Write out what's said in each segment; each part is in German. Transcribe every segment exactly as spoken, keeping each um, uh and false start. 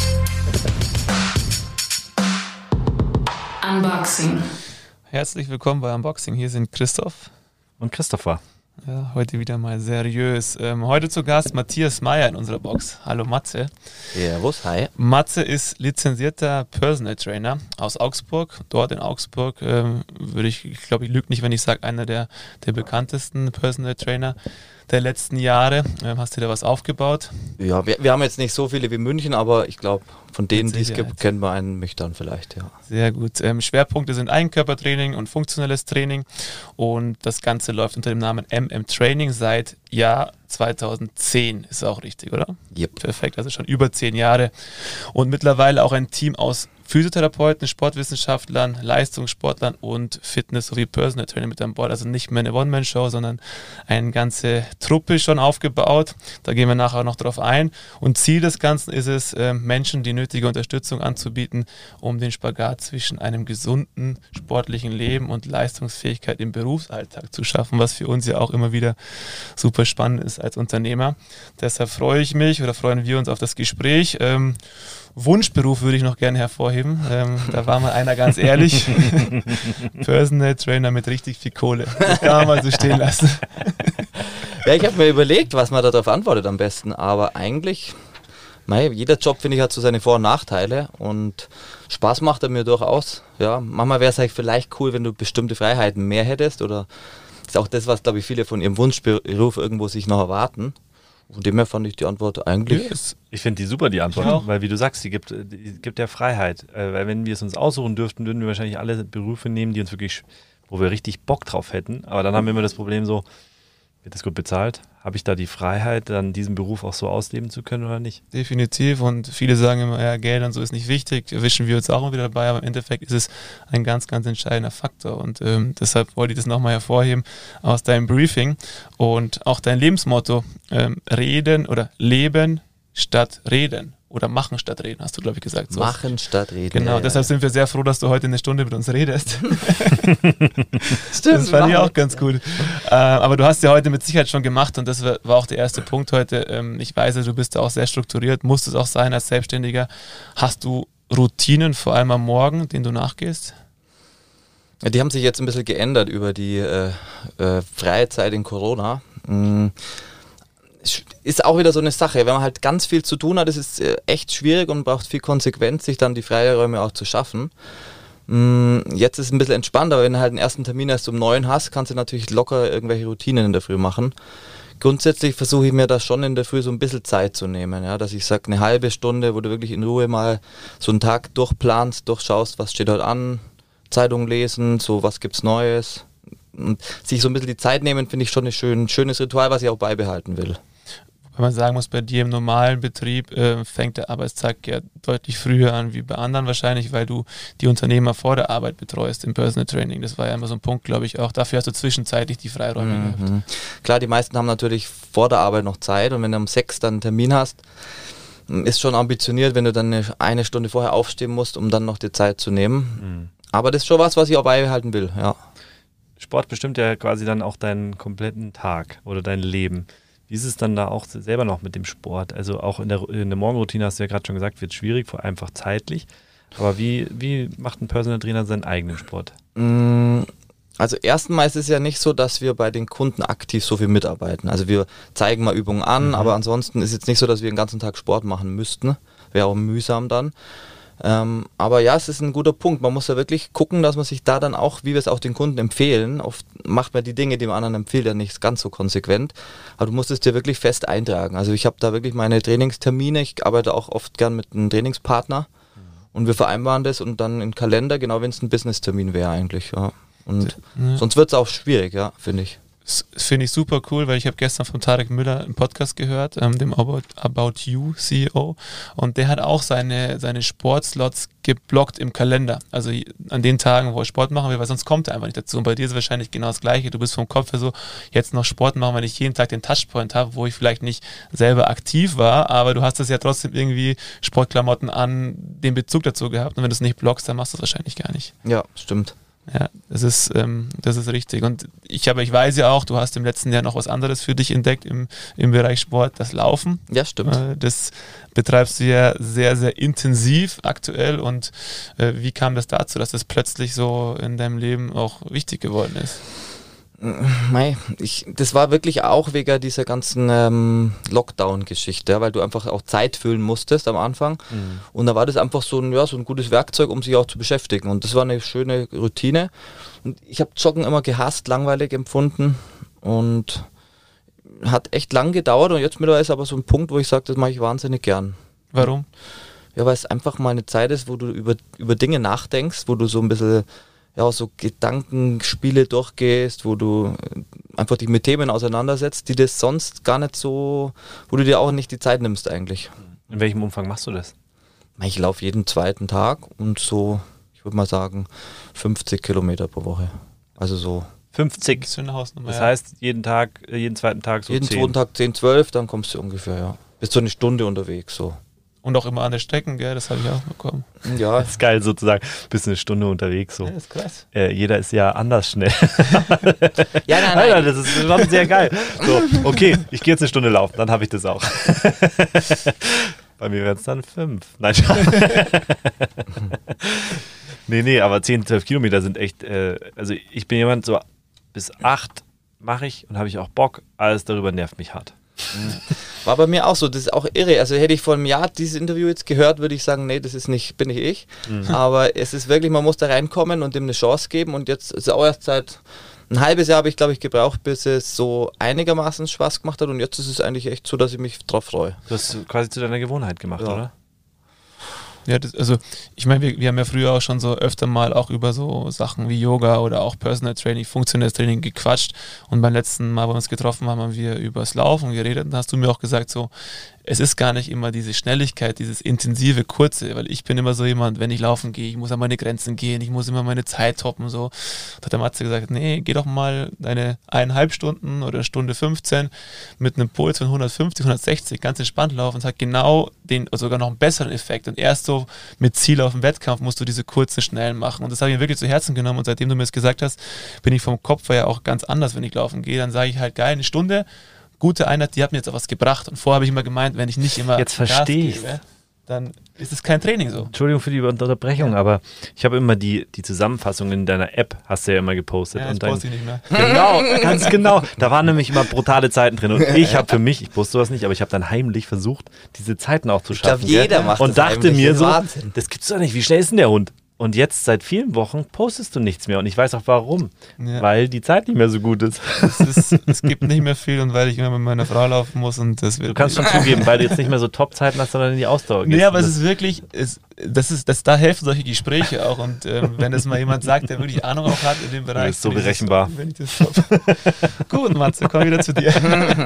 Unboxing. Herzlich willkommen bei Unboxing. Hier sind Christoph und Christopher. Ja, heute wieder mal seriös. Ähm, heute zu Gast Matthias Meyer in unserer Box. Hallo Matze. Servus, hi. Matze ist lizenzierter Personal Trainer aus Augsburg. Dort in Augsburg ähm, würde ich, ich glaube, ich lüge nicht, wenn ich sage, einer der, der bekanntesten Personal Trainer der letzten Jahre. Ähm, hast du da was aufgebaut? Ja, wir, wir haben jetzt nicht so viele wie München, aber ich glaube, von denen, die es gibt, kennen wir einen Nüchtern vielleicht, ja. Sehr gut. Ähm, Schwerpunkte sind Eigenkörpertraining und funktionelles Training und das Ganze läuft unter dem Namen M M Training seit Jahr zweitausendzehn. Ist auch richtig, oder? Yep. Perfekt, also schon über zehn Jahre und mittlerweile auch ein Team aus Physiotherapeuten, Sportwissenschaftlern, Leistungssportlern und Fitness- sowie Personal Trainer mit an Bord. Also nicht mehr eine One-Man-Show, sondern eine ganze Truppe schon aufgebaut. Da gehen wir nachher noch drauf ein. Und Ziel des Ganzen ist es, Menschen die nötige Unterstützung anzubieten, um den Spagat zwischen einem gesunden sportlichen Leben und Leistungsfähigkeit im Berufsalltag zu schaffen, was für uns ja auch immer wieder super spannend ist als Unternehmer. Deshalb freue ich mich oder freuen wir uns auf das Gespräch. Ähm, Wunschberuf würde ich noch gerne hervorheben. Ähm, da war mal einer ganz ehrlich. Personal Trainer mit richtig viel Kohle. Das kann man mal so stehen lassen. Ja, ich habe mir überlegt, was man darauf antwortet am besten. Aber eigentlich, mei, jeder Job, finde ich, hat so seine Vor- und Nachteile. Und Spaß macht er mir durchaus. Ja, manchmal wäre es halt vielleicht cool, wenn du bestimmte Freiheiten mehr hättest. Oder ist auch das, was, glaube ich, viele von ihrem Wunschberuf irgendwo sich noch erwarten. Von dem her fand ich die Antwort eigentlich... Yes. Ich finde die super, die Antwort, ja. Weil wie du sagst, die gibt, die gibt ja Freiheit. Äh, weil wenn wir es uns aussuchen dürften, würden wir wahrscheinlich alle Berufe nehmen, die uns wirklich, wo wir richtig Bock drauf hätten. Aber dann haben wir immer das Problem so, wird das gut bezahlt? Habe ich da die Freiheit, dann diesen Beruf auch so ausleben zu können oder nicht? Definitiv und viele sagen immer, ja, Geld und so ist nicht wichtig, erwischen wir uns auch immer wieder dabei, aber im Endeffekt ist es ein ganz, ganz entscheidender Faktor und ähm, deshalb wollte ich das nochmal hervorheben aus deinem Briefing und auch dein Lebensmotto, ähm, reden oder leben statt reden. Oder machen statt reden, hast du, glaube ich, gesagt. So. Machen statt reden. Genau, ja, deshalb ja. sind wir sehr froh, dass du heute eine Stunde mit uns redest. Stimmt. Das fand ich auch ganz gut. Äh, aber du hast ja heute mit Sicherheit schon gemacht und das war auch der erste Punkt heute. Ähm, ich weiß, du bist auch sehr strukturiert, musst es auch sein als Selbstständiger. Hast du Routinen, vor allem am Morgen, denen du nachgehst? Ja, die haben sich jetzt ein bisschen geändert über die äh, äh, freie Zeit in Corona. Mhm. Ist auch wieder so eine Sache, wenn man halt ganz viel zu tun hat, ist es echt schwierig und braucht viel Konsequenz, sich dann die Freiräume auch zu schaffen. Jetzt ist es ein bisschen entspannter, aber wenn du halt einen ersten Termin erst um neun hast, kannst du natürlich locker irgendwelche Routinen in der Früh machen. Grundsätzlich versuche ich mir da schon in der Früh so ein bisschen Zeit zu nehmen, ja, dass ich sage, eine halbe Stunde, wo du wirklich in Ruhe mal so einen Tag durchplanst, durchschaust, was steht heute an, Zeitung lesen, so was gibt's Neues. Und sich so ein bisschen die Zeit nehmen, finde ich schon ein schön, schönes Ritual, was ich auch beibehalten will. Wenn man sagen muss, bei dir im normalen Betrieb äh, fängt der Arbeitstag ja deutlich früher an wie bei anderen wahrscheinlich, weil du die Unternehmer vor der Arbeit betreust im Personal Training. Das war ja immer so ein Punkt, glaube ich, auch. Dafür hast du zwischenzeitlich die Freiräume mhm. gehabt. Klar, die meisten haben natürlich vor der Arbeit noch Zeit und wenn du um sechs dann einen Termin hast, ist schon ambitioniert, wenn du dann eine, eine Stunde vorher aufstehen musst, um dann noch die Zeit zu nehmen. Mhm. Aber das ist schon was, was ich auch beibehalten will, ja. Sport bestimmt ja quasi dann auch deinen kompletten Tag oder dein Leben. Wie ist es dann da auch selber noch mit dem Sport? Also auch in der, in der Morgenroutine, hast du ja gerade schon gesagt, wird schwierig, vor allem einfach zeitlich. Aber wie, wie macht ein Personal Trainer seinen eigenen Sport? Also erstmal ist es ja nicht so, dass wir bei den Kunden aktiv so viel mitarbeiten. Also wir zeigen mal Übungen an, mhm. aber ansonsten ist es jetzt nicht so, dass wir den ganzen Tag Sport machen müssten. Wäre auch mühsam dann. Ähm, aber ja, es ist ein guter Punkt. Man muss ja wirklich gucken, dass man sich da dann auch, wie wir es auch den Kunden empfehlen, oft macht man die Dinge, die man anderen empfiehlt, ja nicht ganz so konsequent. Aber du musst es dir wirklich fest eintragen. Also ich habe da wirklich meine Trainingstermine. Ich arbeite auch oft gern mit einem Trainingspartner und wir vereinbaren das und dann im Kalender, genau wenn es ein Business-Termin wäre eigentlich. Ja. Und ja. Sonst wird es auch schwierig, ja, finde ich. Das finde ich super cool, weil ich habe gestern von Tarek Müller einen Podcast gehört, ähm, dem About, About You C E O, und der hat auch seine, seine Sportslots geblockt im Kalender. Also an den Tagen, wo er Sport machen will, weil sonst kommt er einfach nicht dazu. Und bei dir ist es wahrscheinlich genau das Gleiche. Du bist vom Kopf her so, jetzt noch Sport machen, weil ich jeden Tag den Touchpoint habe, wo ich vielleicht nicht selber aktiv war, aber du hast das ja trotzdem irgendwie Sportklamotten an, den Bezug dazu gehabt. Und wenn du es nicht blockst, dann machst du es wahrscheinlich gar nicht. Ja, stimmt. Ja, das ist, ähm, das ist richtig. Und ich habe, ich weiß ja auch, du hast im letzten Jahr noch was anderes für dich entdeckt im, im Bereich Sport, das Laufen. Ja, stimmt. Äh, das betreibst du ja sehr, sehr intensiv aktuell. Und äh, wie kam das dazu, dass das plötzlich so in deinem Leben auch wichtig geworden ist? Mei, ich, das war wirklich auch wegen dieser ganzen ähm, Lockdown-Geschichte, weil du einfach auch Zeit füllen musstest am Anfang. Mhm. Und da war das einfach so ein, ja, so ein gutes Werkzeug, um sich auch zu beschäftigen. Und das war eine schöne Routine. Und ich habe Joggen immer gehasst, langweilig empfunden und hat echt lang gedauert. Und jetzt mittlerweile ist aber so ein Punkt, wo ich sage, das mache ich wahnsinnig gern. Warum? Ja, weil es einfach mal eine Zeit ist, wo du über, über Dinge nachdenkst, wo du so ein bisschen ja, so Gedankenspiele durchgehst, wo du einfach dich mit Themen auseinandersetzt, die das sonst gar nicht so, wo du dir auch nicht die Zeit nimmst eigentlich. In welchem Umfang machst du das? Ich laufe jeden zweiten Tag und so, ich würde mal sagen, fünfzig Kilometer pro Woche. Also so. fünfzig? Das ist eine Hausnummer, Das ja. heißt, jeden Tag, jeden zweiten Tag so jeden zehn? Jeden zweiten Tag zehn, zwölf, dann kommst du ungefähr, ja. Bist so eine Stunde unterwegs, so. Und auch immer an der Strecke, gell? Das habe ich auch bekommen. Ja. Das ist geil sozusagen. Bist eine Stunde unterwegs so. Ja, das ist krass. Äh, jeder ist ja anders schnell. Ja, nein, nein. Alter, das ist schon sehr geil. So, okay, ich gehe jetzt eine Stunde laufen, dann habe ich das auch. Bei mir wären es dann fünf. Nein, nee, nee, aber zehn, zwölf Kilometer sind echt, äh, also ich bin jemand, so bis acht mache ich und habe ich auch Bock. Alles darüber nervt mich hart. War bei mir auch so, das ist auch irre. Also hätte ich vor einem Jahr dieses Interview jetzt gehört, würde ich sagen, nee, das ist nicht, bin nicht ich. Mhm. Aber es ist wirklich, man muss da reinkommen und dem eine Chance geben. Und jetzt ist auch erst seit ein halbes Jahr habe ich, glaube ich, gebraucht, bis es so einigermaßen Spaß gemacht hat. Und jetzt ist es eigentlich echt so, dass ich mich drauf freue. Du hast quasi zu deiner Gewohnheit gemacht, ja. oder? Ja, das, also ich meine, wir, wir haben ja früher auch schon so öfter mal auch über so Sachen wie Yoga oder auch Personal Training, funktionelles Training gequatscht und beim letzten Mal, wo wir uns getroffen haben, haben wir über das Laufen geredet und da hast du mir auch gesagt, so, es ist gar nicht immer diese Schnelligkeit, dieses intensive, kurze, weil ich bin immer so jemand, wenn ich laufen gehe, ich muss an meine Grenzen gehen, ich muss immer meine Zeit toppen, so. Da hat der Matze gesagt, nee, geh doch mal deine eineinhalb Stunden oder Stunde fünfzehn mit einem Puls von hundertfünfzig, hundertsechzig ganz entspannt laufen und hat genau den, oder sogar noch einen besseren Effekt und erst so mit Ziel auf dem Wettkampf musst du diese kurzen, schnellen machen und das habe ich mir wirklich zu Herzen genommen und seitdem du mir das gesagt hast, bin ich vom Kopf her auch ganz anders, wenn ich laufen gehe, dann sage ich halt, geil, eine Stunde, gute Einheit, die hat mir jetzt auch was gebracht. Und vorher habe ich immer gemeint, wenn ich nicht immer jetzt verstehe ich, dann ist es kein Training so. Entschuldigung für die Unterbrechung, ja. aber ich habe immer die, die Zusammenfassung in deiner App, hast du ja immer gepostet. Ja, und jetzt dann, poste ich nicht mehr. Genau, ganz genau. Da waren nämlich immer brutale Zeiten drin. Und ich habe für mich, ich poste sowas nicht, aber ich habe dann heimlich versucht, diese Zeiten auch zu schaffen. Ich glaube, jeder gell? macht Und das dachte heimlich. mir Das so, Wahnsinn. das gibt's doch nicht, wie schnell ist denn der Hund? Und jetzt seit vielen Wochen postest du nichts mehr und ich weiß auch warum. Ja. Weil die Zeit nicht mehr so gut ist. Es, ist. es gibt nicht mehr viel und weil ich immer mit meiner Frau laufen muss und das wird. Du kannst schon zugeben, weil du jetzt nicht mehr so Top-Zeiten hast, sondern in die Ausdauer gehst. Nee, aber es ist wirklich, es, das ist, das, da helfen solche Gespräche auch und ähm, wenn es mal jemand sagt, der wirklich Ahnung auch hat in dem Bereich. Das ist so wenn ich berechenbar. Das, wenn ich das top. Gut, Matze, komm wieder zu dir.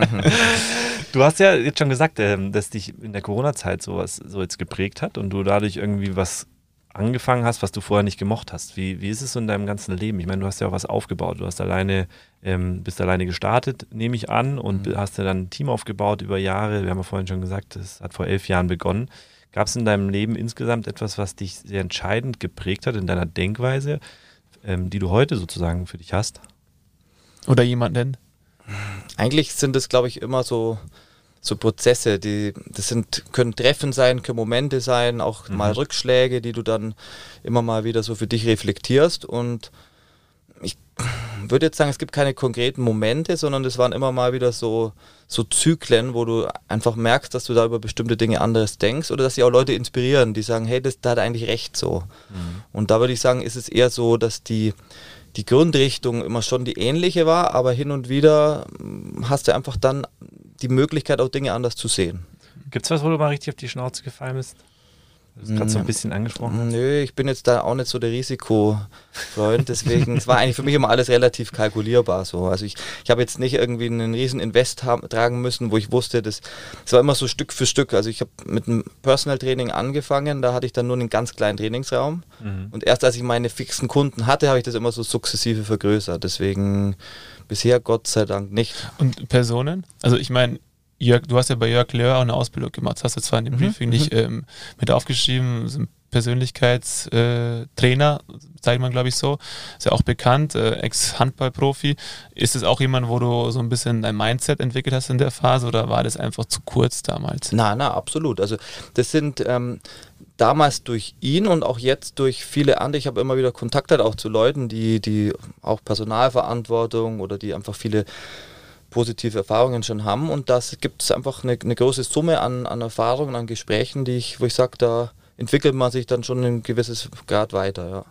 Du hast ja jetzt schon gesagt, ähm, dass dich in der Corona-Zeit sowas so jetzt geprägt hat und du dadurch irgendwie was angefangen hast, was du vorher nicht gemocht hast. Wie, wie ist es so in deinem ganzen Leben? Ich meine, du hast ja auch was aufgebaut. Du hast alleine, ähm, bist alleine gestartet, nehme ich an, und mhm. hast ja dann ein Team aufgebaut über Jahre. Wir haben ja vorhin schon gesagt, das hat vor elf Jahren begonnen. Gab es in deinem Leben insgesamt etwas, was dich sehr entscheidend geprägt hat in deiner Denkweise, ähm, die du heute sozusagen für dich hast? Oder jemanden? Eigentlich sind es, glaube ich, immer so so Prozesse, die, das sind, können Treffen sein, können Momente sein, auch mhm. mal Rückschläge, die du dann immer mal wieder so für dich reflektierst, und ich würde jetzt sagen, es gibt keine konkreten Momente, sondern es waren immer mal wieder so, so Zyklen, wo du einfach merkst, dass du da über bestimmte Dinge anderes denkst oder dass sie auch Leute inspirieren, die sagen, hey, das, da hat er eigentlich recht so. Mhm. Und da würde ich sagen, ist es eher so, dass die die Grundrichtung immer schon die ähnliche war, aber hin und wieder hast du einfach dann die Möglichkeit, auch Dinge anders zu sehen. Gibt es was, wo du mal richtig auf die Schnauze gefallen bist? Du hast gerade so ein bisschen angesprochen. Nö, ich bin jetzt da auch nicht so der Risikofreund, deswegen, es war eigentlich für mich immer alles relativ kalkulierbar so. Also ich, ich habe jetzt nicht irgendwie einen riesen Invest haben, tragen müssen, wo ich wusste, das, das war immer so Stück für Stück. Also ich habe mit einem Personal Training angefangen, da hatte ich dann nur einen ganz kleinen Trainingsraum, mhm. und erst als ich meine fixen Kunden hatte, habe ich das immer so sukzessive vergrößert. Deswegen bisher Gott sei Dank nicht. Und Personen? Also ich meine, Jörg, du hast ja bei Jörg Löhr auch eine Ausbildung gemacht, das hast du zwar in dem Mhm, Briefing nicht ähm, mit aufgeschrieben, so ein Persönlichkeitstrainer, sagt man glaube ich so, ist ja auch bekannt, äh, Ex-Handballprofi. Ist es auch jemand, wo du so ein bisschen dein Mindset entwickelt hast in der Phase oder war das einfach zu kurz damals? Na, na, absolut. Also das sind ähm, damals durch ihn und auch jetzt durch viele andere, ich habe immer wieder Kontakt halt auch zu Leuten, die, die auch Personalverantwortung oder die einfach viele positive Erfahrungen schon haben und das gibt es einfach eine, eine große Summe an, an Erfahrungen, an Gesprächen, die ich, wo ich sage, da entwickelt man sich dann schon ein gewisses Grad weiter. Ja.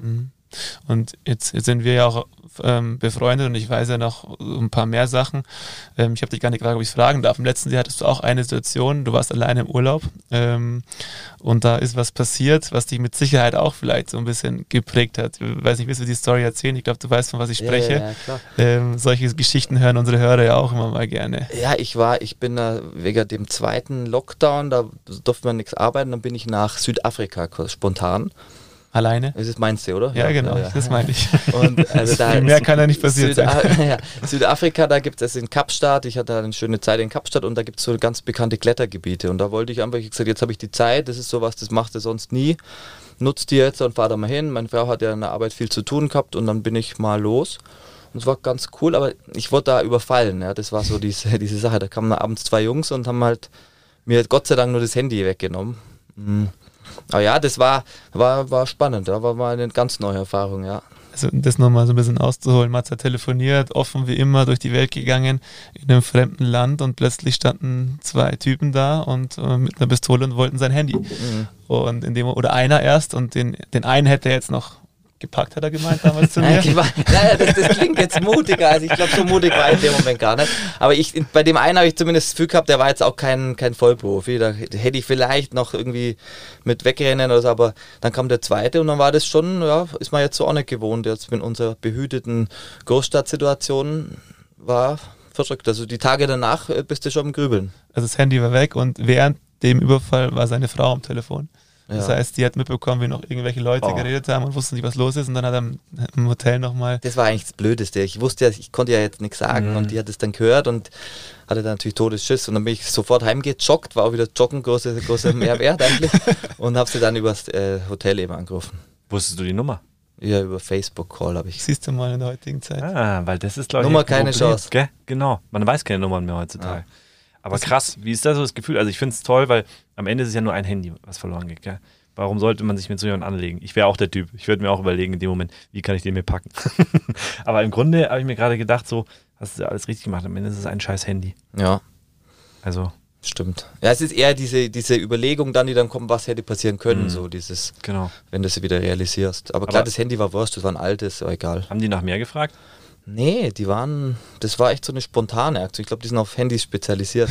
Und jetzt, jetzt sind wir ja auch ähm, befreundet und ich weiß ja noch ein paar mehr Sachen. Ähm, ich habe dich gar nicht gefragt, ob ich es fragen darf. Im letzten Jahr hattest du auch eine Situation, du warst alleine im Urlaub ähm, und da ist was passiert, was dich mit Sicherheit auch vielleicht so ein bisschen geprägt hat. Ich weiß nicht, willst du die Story erzählen? Ich glaube, du weißt, von was ich spreche. Ja, ja, klar. Ähm, solche Geschichten hören unsere Hörer ja auch immer mal gerne. Ja, ich war, ich bin da wegen dem zweiten Lockdown, da durfte man nichts arbeiten, dann bin ich nach Südafrika spontan. Alleine? Das ist meinst du, oder? Ja, ja genau, ja, ja. Das meine ich. Und also da mehr kann ja nicht passiert Süda- sein. ja, Südafrika, da gibt es in Kapstadt, ich hatte eine schöne Zeit in Kapstadt und da gibt es so ganz bekannte Klettergebiete und da wollte ich einfach, ich gesagt, jetzt habe ich die Zeit, das ist sowas, das machst du sonst nie, nutzt die jetzt und fahr da mal hin. Meine Frau hat ja in der Arbeit viel zu tun gehabt und dann bin ich mal los und es war ganz cool, aber ich wurde da überfallen, ja, das war so diese, diese Sache, da kamen abends zwei Jungs und haben halt mir Gott sei Dank nur das Handy weggenommen. Mhm. Aber ja, das war, war, war spannend, ja, war mal eine ganz neue Erfahrung, ja. Also das nochmal so ein bisschen auszuholen, Mats hat telefoniert, offen wie immer durch die Welt gegangen, in einem fremden Land und plötzlich standen zwei Typen da und äh, mit einer Pistole und wollten sein Handy. Mhm. Und in dem, oder einer erst und den, den einen hätte er jetzt noch gepackt, hat er gemeint damals zu mir. Naja, das, das klingt jetzt mutiger, also ich glaube, so mutig war ich in dem Moment gar nicht. Aber ich, bei dem einen habe ich zumindest das Gefühl gehabt, der war jetzt auch kein, kein Vollprofi. Da hätte ich vielleicht noch irgendwie mit wegrennen oder so, aber dann kam der zweite und dann war das schon, ja, ist man jetzt so auch nicht gewohnt, jetzt in unserer behüteten Großstadtsituation war verrückt. Also die Tage danach bist du schon am Grübeln. Also das Handy war weg und während dem Überfall war seine Frau am Telefon. Das Ja. heißt, die hat mitbekommen, wie noch irgendwelche Leute Oh. geredet haben und wussten nicht, was los ist. Und dann hat er im, im Hotel nochmal... Das war eigentlich das Blödeste. Ich wusste ja, ich konnte ja jetzt nichts sagen Mhm. und die hat es dann gehört und hatte dann natürlich Todesschiss und dann bin ich sofort heimgejoggt, war auch wieder joggen, große, große Mehrwert eigentlich und habe sie dann übers äh, Hotel eben angerufen. Wusstest du die Nummer? Ja, über Facebook-Call habe ich. Siehst du mal in der heutigen Zeit. Ah, weil das ist, glaube ich, Nummer ein keine Problem, Chance. Gell? Genau, man weiß keine Nummern mehr heutzutage. Ja. Aber krass, wie ist das so das Gefühl? Also ich finde es toll, weil am Ende ist es ja nur ein Handy, was verloren geht. Gell? Warum sollte man sich mit so jemandem anlegen? Ich wäre auch der Typ. Ich würde mir auch überlegen in dem Moment, wie kann ich den mir packen? Aber im Grunde habe ich mir gerade gedacht, so, hast du alles richtig gemacht. Am Ende ist es ein scheiß Handy. Ja, Also, stimmt. Ja, es ist eher diese, diese Überlegung dann, die dann kommt, was hätte passieren können, Mhm. so dieses, genau. wenn du es wieder realisierst. Aber klar, Aber- das Handy war wurscht, das war ein altes, war egal. Haben die nach mehr gefragt? Nee, die waren, das war echt so eine spontane Aktion. Ich glaube, die sind auf Handys spezialisiert.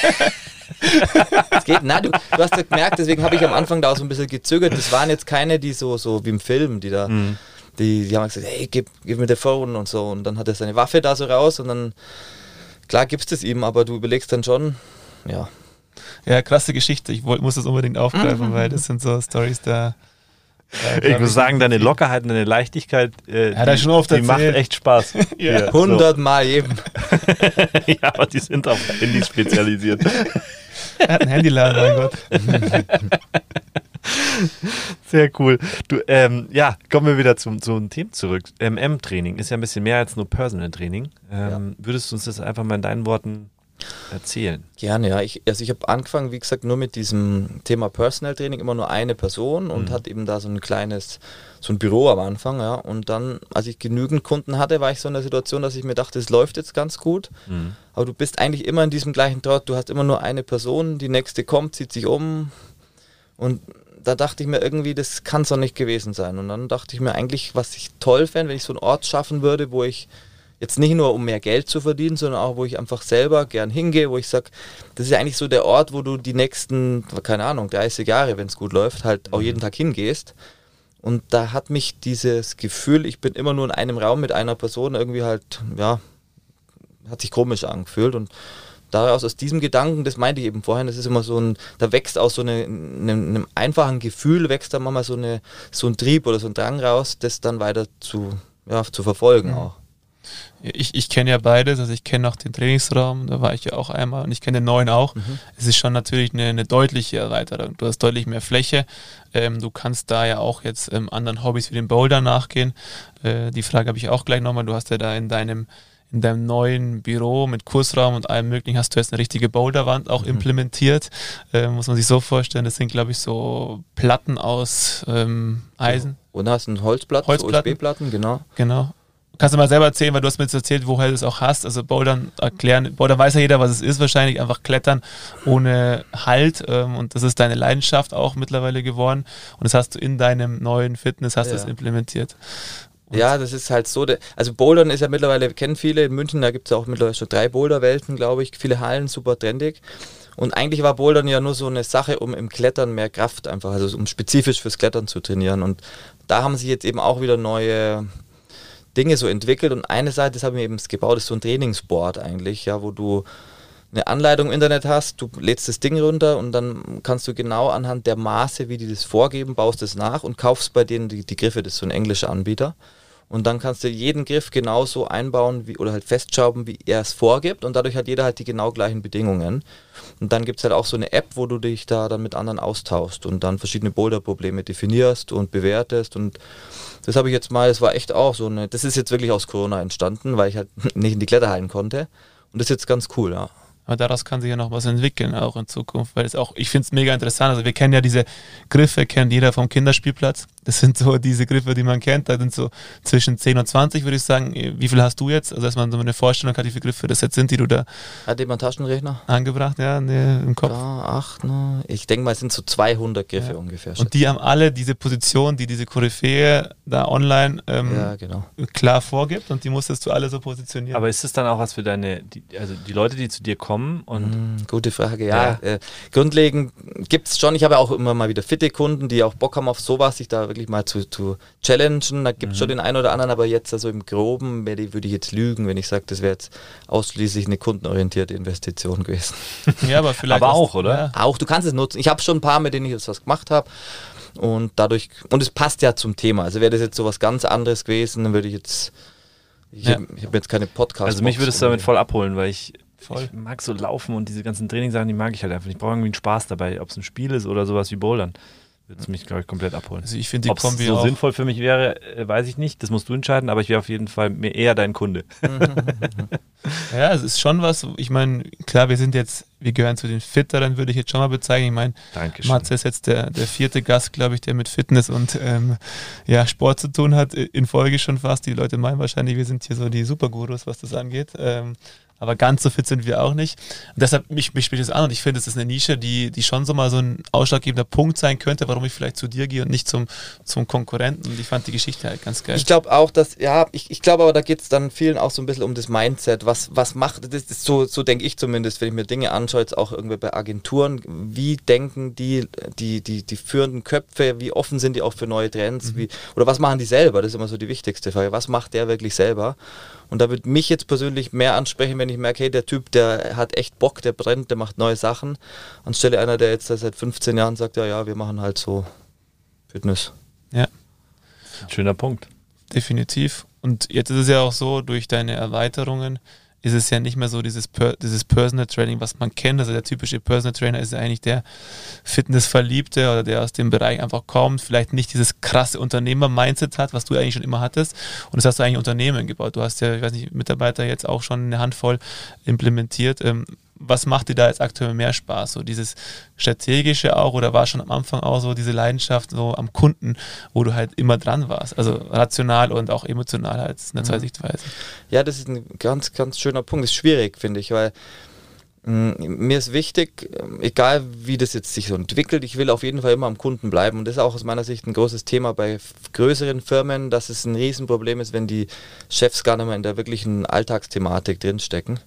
Es geht, na, du, du hast ja gemerkt, deswegen habe ich am Anfang da auch so ein bisschen gezögert. Das waren jetzt keine, die so, so wie im Film, die da, Mhm. die, die haben gesagt, hey, gib, gib mir der Phone und so. Und dann hat er seine Waffe da so raus und dann, klar gibst es ihm, aber du überlegst dann schon, ja. Ja, krasse Geschichte. Ich wollt, muss das unbedingt aufgreifen, weil das sind so Stories da. da Ich muss sagen, deine Lockerheit und deine Leichtigkeit, äh, Hat er die, schon oft die macht erzählt. echt Spaß. Ja. Hier, Hundertmal eben. So. Ja, aber die sind auf Handys spezialisiert. Er hat ein Handyladen, mein Gott. Sehr cool. Du, ähm, ja, kommen wir wieder zum, zum Thema zurück. M M-Training ist ja ein bisschen mehr als nur Personal Training. Ähm, Würdest du uns das einfach mal in deinen Worten erzählen? Gerne, ja. Ich, also ich habe angefangen, wie gesagt, nur mit diesem Thema Personal Training, immer nur eine Person und Mhm. hat eben da so ein kleines, so ein Büro am Anfang, ja. Und dann, als ich genügend Kunden hatte, war ich so in der Situation, dass ich mir dachte, es läuft jetzt ganz gut. Mhm. Aber du bist eigentlich immer in diesem gleichen Trott, du hast immer nur eine Person, die nächste kommt, zieht sich um und da dachte ich mir irgendwie, das kann es doch nicht gewesen sein. Und dann dachte ich mir eigentlich, was ich toll fände, wenn ich so einen Ort schaffen würde, wo ich jetzt nicht nur um mehr Geld zu verdienen, sondern auch, wo ich einfach selber gern hingehe, wo ich sage, das ist ja eigentlich so der Ort, wo du die nächsten, keine Ahnung, dreißig Jahre, wenn es gut läuft, halt auch jeden Tag hingehst. Und da hat mich dieses Gefühl, ich bin immer nur in einem Raum mit einer Person, irgendwie halt, ja, hat sich komisch angefühlt. Und daraus, aus diesem Gedanken, das meinte ich eben vorhin, das ist immer so ein, da wächst aus so eine, eine, einem einfachen Gefühl, wächst da manchmal so, eine, so ein Trieb oder so ein Drang raus, das dann weiter zu, ja, zu verfolgen Mhm. auch. Ich, ich kenne ja beides, also ich kenne auch den Trainingsraum, da war ich ja auch einmal und ich kenne den neuen auch. Mhm. Es ist schon natürlich eine, eine deutliche Erweiterung. Du hast deutlich mehr Fläche. Ähm, du kannst da ja auch jetzt ähm, anderen Hobbys wie dem Boulder nachgehen. Äh, die Frage habe ich auch gleich nochmal. Du hast ja da in deinem in deinem neuen Büro mit Kursraum und allem möglichen hast du jetzt eine richtige Boulderwand auch mhm. implementiert. Äh, muss man sich so vorstellen, das sind glaube ich so Platten aus ähm, Eisen. Und hast einen Holzblatt, Holzplatten. U S B-Platten, genau. Genau. Kannst du mal selber erzählen, weil du hast mir jetzt erzählt, woher du es auch hast. Also Bouldern erklären, Bouldern weiß ja jeder, was es ist wahrscheinlich, einfach Klettern ohne Halt ähm, und das ist deine Leidenschaft auch mittlerweile geworden und das hast du in deinem neuen Fitness, hast du ja. es implementiert. Und ja, das ist halt so, also Bouldern ist ja mittlerweile, kennen viele in München, da gibt es auch mittlerweile schon drei Boulderwelten, glaube ich, viele Hallen, super trendig. Und eigentlich war Bouldern ja nur so eine Sache, um im Klettern mehr Kraft einfach, also um spezifisch fürs Klettern zu trainieren. Und da haben sich jetzt eben auch wieder neue Dinge so entwickelt. Und eine Seite, das habe ich eben gebaut, ist so ein Trainingsboard eigentlich, ja, wo du eine Anleitung im Internet hast, du lädst das Ding runter und dann kannst du genau anhand der Maße, wie die das vorgeben, baust es nach und kaufst bei denen die, die Griffe, das ist so ein englischer Anbieter. Und dann kannst du jeden Griff genauso einbauen wie, oder halt festschrauben, wie er es vorgibt und dadurch hat jeder halt die genau gleichen Bedingungen. Und dann gibt es halt auch so eine App, wo du dich da dann mit anderen austauschst und dann verschiedene Boulder-Probleme definierst und bewertest und das habe ich jetzt mal, das war echt auch so eine, das ist jetzt wirklich aus Corona entstanden, weil ich halt nicht in die Kletterhallen konnte und das ist jetzt ganz cool, ja. Aber daraus kann sich ja noch was entwickeln, auch in Zukunft, weil es auch, ich finde es mega interessant. Also wir kennen ja diese Griffe, kennt jeder vom Kinderspielplatz. Das sind so diese Griffe, die man kennt. Da sind so zwischen zehn und zwanzig, würde ich sagen. Wie viel hast du jetzt? Also dass man so eine Vorstellung hat, wie viele Griffe das jetzt sind, die du da hat jemand einen Taschenrechner angebracht, ja, ne, im Kopf. Ja, acht, ne? Ich denke mal, es sind so zweihundert Griffe ja. ungefähr. Und die haben alle diese Position, die diese Koryphäe da online ähm, ja, genau. klar vorgibt und die musstest du alle so positionieren. Aber ist es dann auch was für deine, die, also die Leute, die zu dir kommen und mm, gute Frage, ja. ja. Äh, grundlegend gibt es schon, ich habe ja auch immer mal wieder fitte Kunden, die auch Bock haben auf sowas, sich da wirklich mal zu, zu challengen. Da gibt es mhm. schon den einen oder anderen, aber jetzt also im Groben würde ich jetzt lügen, wenn ich sage, das wäre jetzt ausschließlich eine kundenorientierte Investition gewesen. Ja, aber vielleicht. aber auch, oder? Ja. Auch, du kannst es nutzen. Ich habe schon ein paar, mit denen ich jetzt was gemacht habe. Und dadurch, und es passt ja zum Thema. Also wäre das jetzt so was ganz anderes gewesen, dann würde ich jetzt, ich ja. habe hab jetzt keine Podcasts. Also mich würdest du damit voll abholen, weil ich, voll. ich mag so laufen und diese ganzen Trainingssachen, die mag ich halt einfach. Ich brauche irgendwie einen Spaß dabei, ob es ein Spiel ist oder sowas wie Bouldern. Würde es mich, glaube ich, komplett abholen. Also ich finde die Ob es Kombi so auch sinnvoll für mich wäre, weiß ich nicht. Das musst du entscheiden, aber ich wäre auf jeden Fall mehr eher dein Kunde. Ja, es ist schon was, ich meine, klar, wir sind jetzt, wir gehören zu den Fitteren, würde ich jetzt schon mal bezeichnen. Ich meine, Matze ist jetzt der, der vierte Gast, glaube ich, der mit Fitness und ähm, ja, Sport zu tun hat, in Folge schon fast. Die Leute meinen wahrscheinlich, wir sind hier so die Supergurus, was das angeht. Ähm, aber ganz so fit sind wir auch nicht. Und deshalb, mich, mich spricht das an und ich finde, es ist eine Nische, die, die schon so mal so ein ausschlaggebender Punkt sein könnte, warum ich vielleicht zu dir gehe und nicht zum, zum Konkurrenten. Und ich fand die Geschichte halt ganz geil. Ich glaube auch, dass, ja, ich, ich glaube aber, da geht es dann vielen auch so ein bisschen um das Mindset. Was, was macht, das ist so, so denke ich zumindest, wenn ich mir Dinge anschaue, jetzt auch irgendwie bei Agenturen, wie denken die, die, die, die führenden Köpfe, wie offen sind die auch für neue Trends, mhm. wie, oder was machen die selber? Das ist immer so die wichtigste Frage. Was macht der wirklich selber? Und da würde mich jetzt persönlich mehr ansprechen, wenn ich merke, hey, der Typ, der hat echt Bock, der brennt, der macht neue Sachen, anstelle einer, der jetzt seit fünfzehn Jahren sagt, ja, ja, wir machen halt so Fitness. Ja. Schöner Punkt. Definitiv. Und jetzt ist es ja auch so, durch deine Erweiterungen ist es ja nicht mehr so dieses, per, dieses Personal Training, was man kennt. Also der typische Personal Trainer ist ja eigentlich der Fitnessverliebte oder der aus dem Bereich einfach kommt, vielleicht nicht dieses krasse Unternehmer-Mindset hat, was du eigentlich schon immer hattest. Und das hast du eigentlich Unternehmen gebaut. Du hast ja, ich weiß nicht, Mitarbeiter jetzt auch schon eine Handvoll implementiert. Ähm, was macht dir da jetzt aktuell mehr Spaß? So dieses strategische auch oder war schon am Anfang auch so diese Leidenschaft so am Kunden, wo du halt immer dran warst? Also rational und auch emotional halt in der zwei Sichtweise. Ja, das ist ein ganz, ganz schöner Punkt. Das ist schwierig, finde ich, weil mh, mir ist wichtig, egal wie das jetzt sich so entwickelt, ich will auf jeden Fall immer am Kunden bleiben. Und das ist auch aus meiner Sicht ein großes Thema bei f- größeren Firmen, dass es ein Riesenproblem ist, wenn die Chefs gar nicht mehr in der wirklichen Alltagsthematik drinstecken.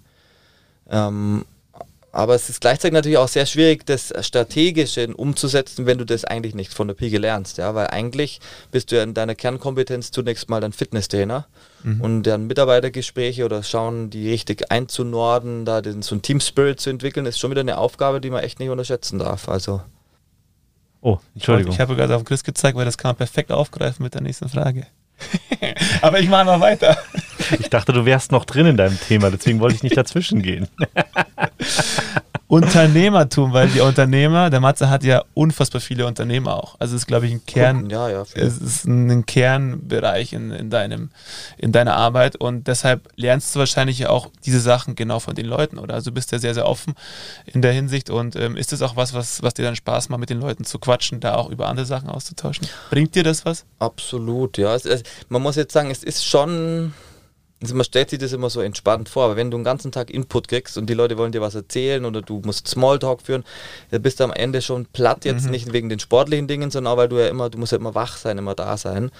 Ähm, Aber es ist gleichzeitig natürlich auch sehr schwierig, das Strategische umzusetzen, wenn du das eigentlich nicht von der Pike lernst. Ja? Weil eigentlich bist du ja in deiner Kernkompetenz zunächst mal ein Fitnesstrainer mhm. und dann Mitarbeitergespräche oder schauen, die richtig einzunorden, da den, so ein Team-Spirit zu entwickeln, ist schon wieder eine Aufgabe, die man echt nicht unterschätzen darf. Also oh, Entschuldigung. Ich habe gerade auf Chris gezeigt, weil das kann man perfekt aufgreifen mit der nächsten Frage. Aber ich mache noch weiter. Ich dachte, du wärst noch drin in deinem Thema, deswegen wollte ich nicht dazwischen gehen. Unternehmertum, weil die Unternehmer, der Matze hat ja unfassbar viele Unternehmer auch. Also es ist, glaube ich, ein Kern, Ja, ja, viel. es ist ein Kernbereich in, in, deinem, in deiner Arbeit und deshalb lernst du wahrscheinlich ja auch diese Sachen genau von den Leuten, oder? Also du bist ja sehr, sehr offen in der Hinsicht und ähm, ist das auch was, was, was dir dann Spaß macht, mit den Leuten zu quatschen, da auch über andere Sachen auszutauschen? Bringt dir das was? Absolut, ja. Es, es, man muss jetzt sagen, es ist schon, also man stellt sich das immer so entspannt vor, aber wenn du den ganzen Tag Input kriegst und die Leute wollen dir was erzählen oder du musst Smalltalk führen, dann bist du am Ende schon platt, jetzt Mhm. nicht wegen den sportlichen Dingen, sondern auch, weil du ja immer, du musst ja immer wach sein, immer da sein.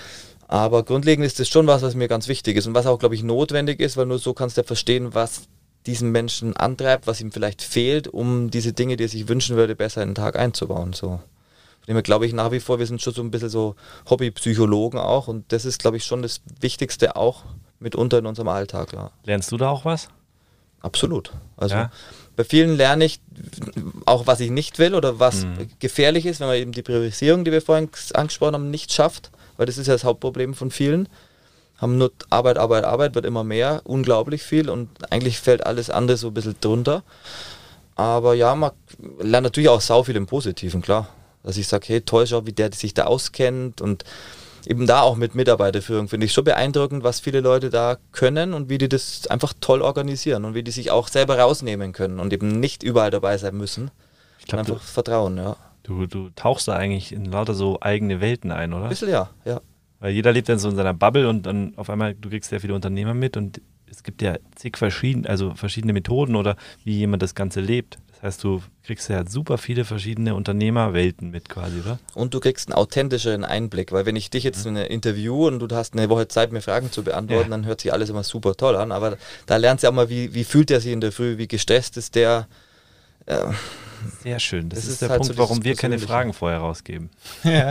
Aber grundlegend ist das schon was, was mir ganz wichtig ist und was auch, glaube ich, notwendig ist, weil nur so kannst du ja verstehen, was diesen Menschen antreibt, was ihm vielleicht fehlt, um diese Dinge, die er sich wünschen würde, besser in den Tag einzubauen. So. Von dem her glaube ich nach wie vor, wir sind schon so ein bisschen so Hobbypsychologen auch und das ist, glaube ich, schon das Wichtigste auch mitunter in unserem Alltag. Ja. Lernst du da auch was? Absolut. Also Ja. bei vielen lerne ich auch, was ich nicht will oder was Mhm. gefährlich ist, wenn man eben die Priorisierung, die wir vorhin angesprochen haben, nicht schafft, weil das ist ja das Hauptproblem von vielen. Haben nur Arbeit, Arbeit, Arbeit, wird immer mehr, unglaublich viel und eigentlich fällt alles andere so ein bisschen drunter. Aber ja, man lernt natürlich auch sau viel im Positiven, klar. Dass ich sage, hey, toll, schau, wie der sich da auskennt und eben da auch mit Mitarbeiterführung finde ich schon beeindruckend, was viele Leute da können und wie die das einfach toll organisieren und wie die sich auch selber rausnehmen können und eben nicht überall dabei sein müssen. Ich glaube, Einfach Vertrauen, ja. du, du tauchst da eigentlich in lauter so eigene Welten ein, oder? Ein bisschen ja, ja. Weil jeder lebt dann so in seiner Bubble und dann auf einmal, du kriegst sehr viele Unternehmer mit und es gibt ja zig verschiedene, also verschiedene Methoden oder wie jemand das Ganze lebt. Das heißt, du kriegst ja super viele verschiedene Unternehmerwelten mit quasi, oder? Und du kriegst einen authentischeren Einblick, weil wenn ich dich jetzt in einem Interview und du hast eine Woche Zeit, mir Fragen zu beantworten, Ja. dann hört sich alles immer super toll an, aber da lernst du auch mal, wie, wie fühlt er sich in der Früh, wie gestresst ist der. Äh, Sehr schön. Das, Das ist ist der halt Punkt, so warum dieses wir keine Persönliche. Fragen vorher rausgeben. Ja,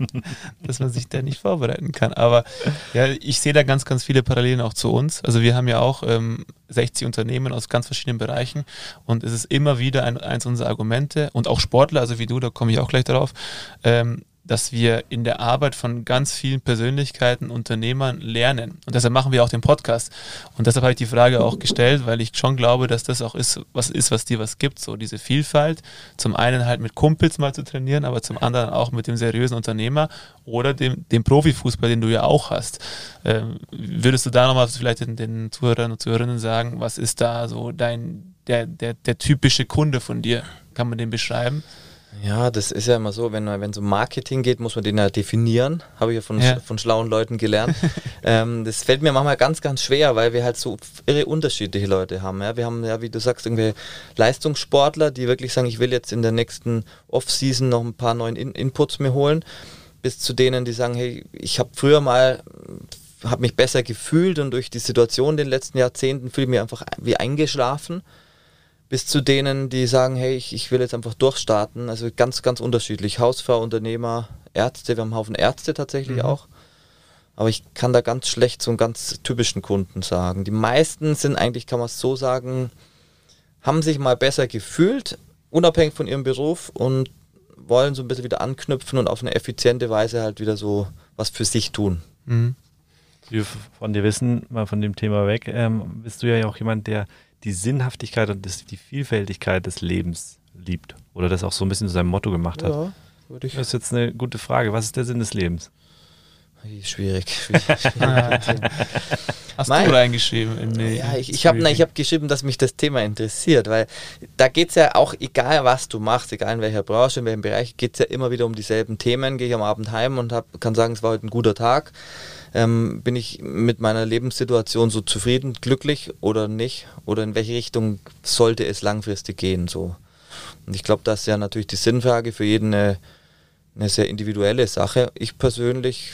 dass man sich da nicht vorbereiten kann. Aber ja, ich sehe da ganz, ganz viele Parallelen auch zu uns. Also wir haben ja auch ähm, sechzig Unternehmen aus ganz verschiedenen Bereichen und es ist immer wieder ein, eins unserer Argumente und auch Sportler, also wie du, da komme ich auch gleich darauf, ähm, dass wir in der Arbeit von ganz vielen Persönlichkeiten, Unternehmern lernen. Und deshalb machen wir auch den Podcast. Und deshalb habe ich die Frage auch gestellt, weil ich schon glaube, dass das auch ist, was ist, was dir was gibt. So diese Vielfalt. Zum einen halt mit Kumpels mal zu trainieren, aber zum anderen auch mit dem seriösen Unternehmer oder dem, dem Profifußball, den du ja auch hast. Ähm, würdest du da nochmal vielleicht den, den Zuhörern und Zuhörerinnen sagen, was ist da so dein, der, der, der typische Kunde von dir? Kann man den beschreiben? Ja, das ist ja immer so, wenn wenn es um Marketing geht, muss man den ja definieren. Habe ich ja von, Ja. von schlauen Leuten gelernt. ähm, das fällt mir manchmal ganz, ganz schwer, weil wir halt so irre unterschiedliche Leute haben. Ja. Wir haben ja, wie du sagst, irgendwie Leistungssportler, die wirklich sagen, ich will jetzt in der nächsten Off-Season noch ein paar neuen In- Inputs mir holen, bis zu denen, die sagen, hey, ich habe früher mal, habe mich besser gefühlt und durch die Situation in den letzten Jahrzehnten fühle ich mich einfach wie eingeschlafen. Bis zu denen, die sagen, hey, ich, ich will jetzt einfach durchstarten. Also ganz, ganz unterschiedlich. Hausfrau, Unternehmer, Ärzte, wir haben einen Haufen Ärzte tatsächlich Mhm. auch. Aber ich kann da ganz schlecht so einen ganz typischen Kunden sagen. Die meisten sind eigentlich, kann man es so sagen, haben sich mal besser gefühlt, unabhängig von ihrem Beruf und wollen so ein bisschen wieder anknüpfen und auf eine effiziente Weise halt wieder so was für sich tun. Mhm. Wie wir von dir wissen, mal von dem Thema weg, ähm, bist du ja auch jemand, der die Sinnhaftigkeit und das, die Vielfältigkeit des Lebens liebt oder das auch so ein bisschen zu seinem Motto gemacht hat. Ja, würde ich. Das ist jetzt eine gute Frage. Was ist der Sinn des Lebens? Schwierig. schwierig, schwierig Thema. Hast Mein- du reingeschrieben? In die, Ja, ich, ich habe ich hab geschrieben, dass mich das Thema interessiert, weil da geht es ja auch, egal was du machst, egal in welcher Branche, in welchem Bereich, geht es ja immer wieder um dieselben Themen. Gehe ich am Abend heim und hab, kann sagen, es war heute ein guter Tag. Ähm, bin ich mit meiner Lebenssituation so zufrieden, glücklich oder nicht? Oder in welche Richtung sollte es langfristig gehen? So. Und ich glaube, das ist ja natürlich die Sinnfrage für jeden eine, eine sehr individuelle Sache. Ich persönlich,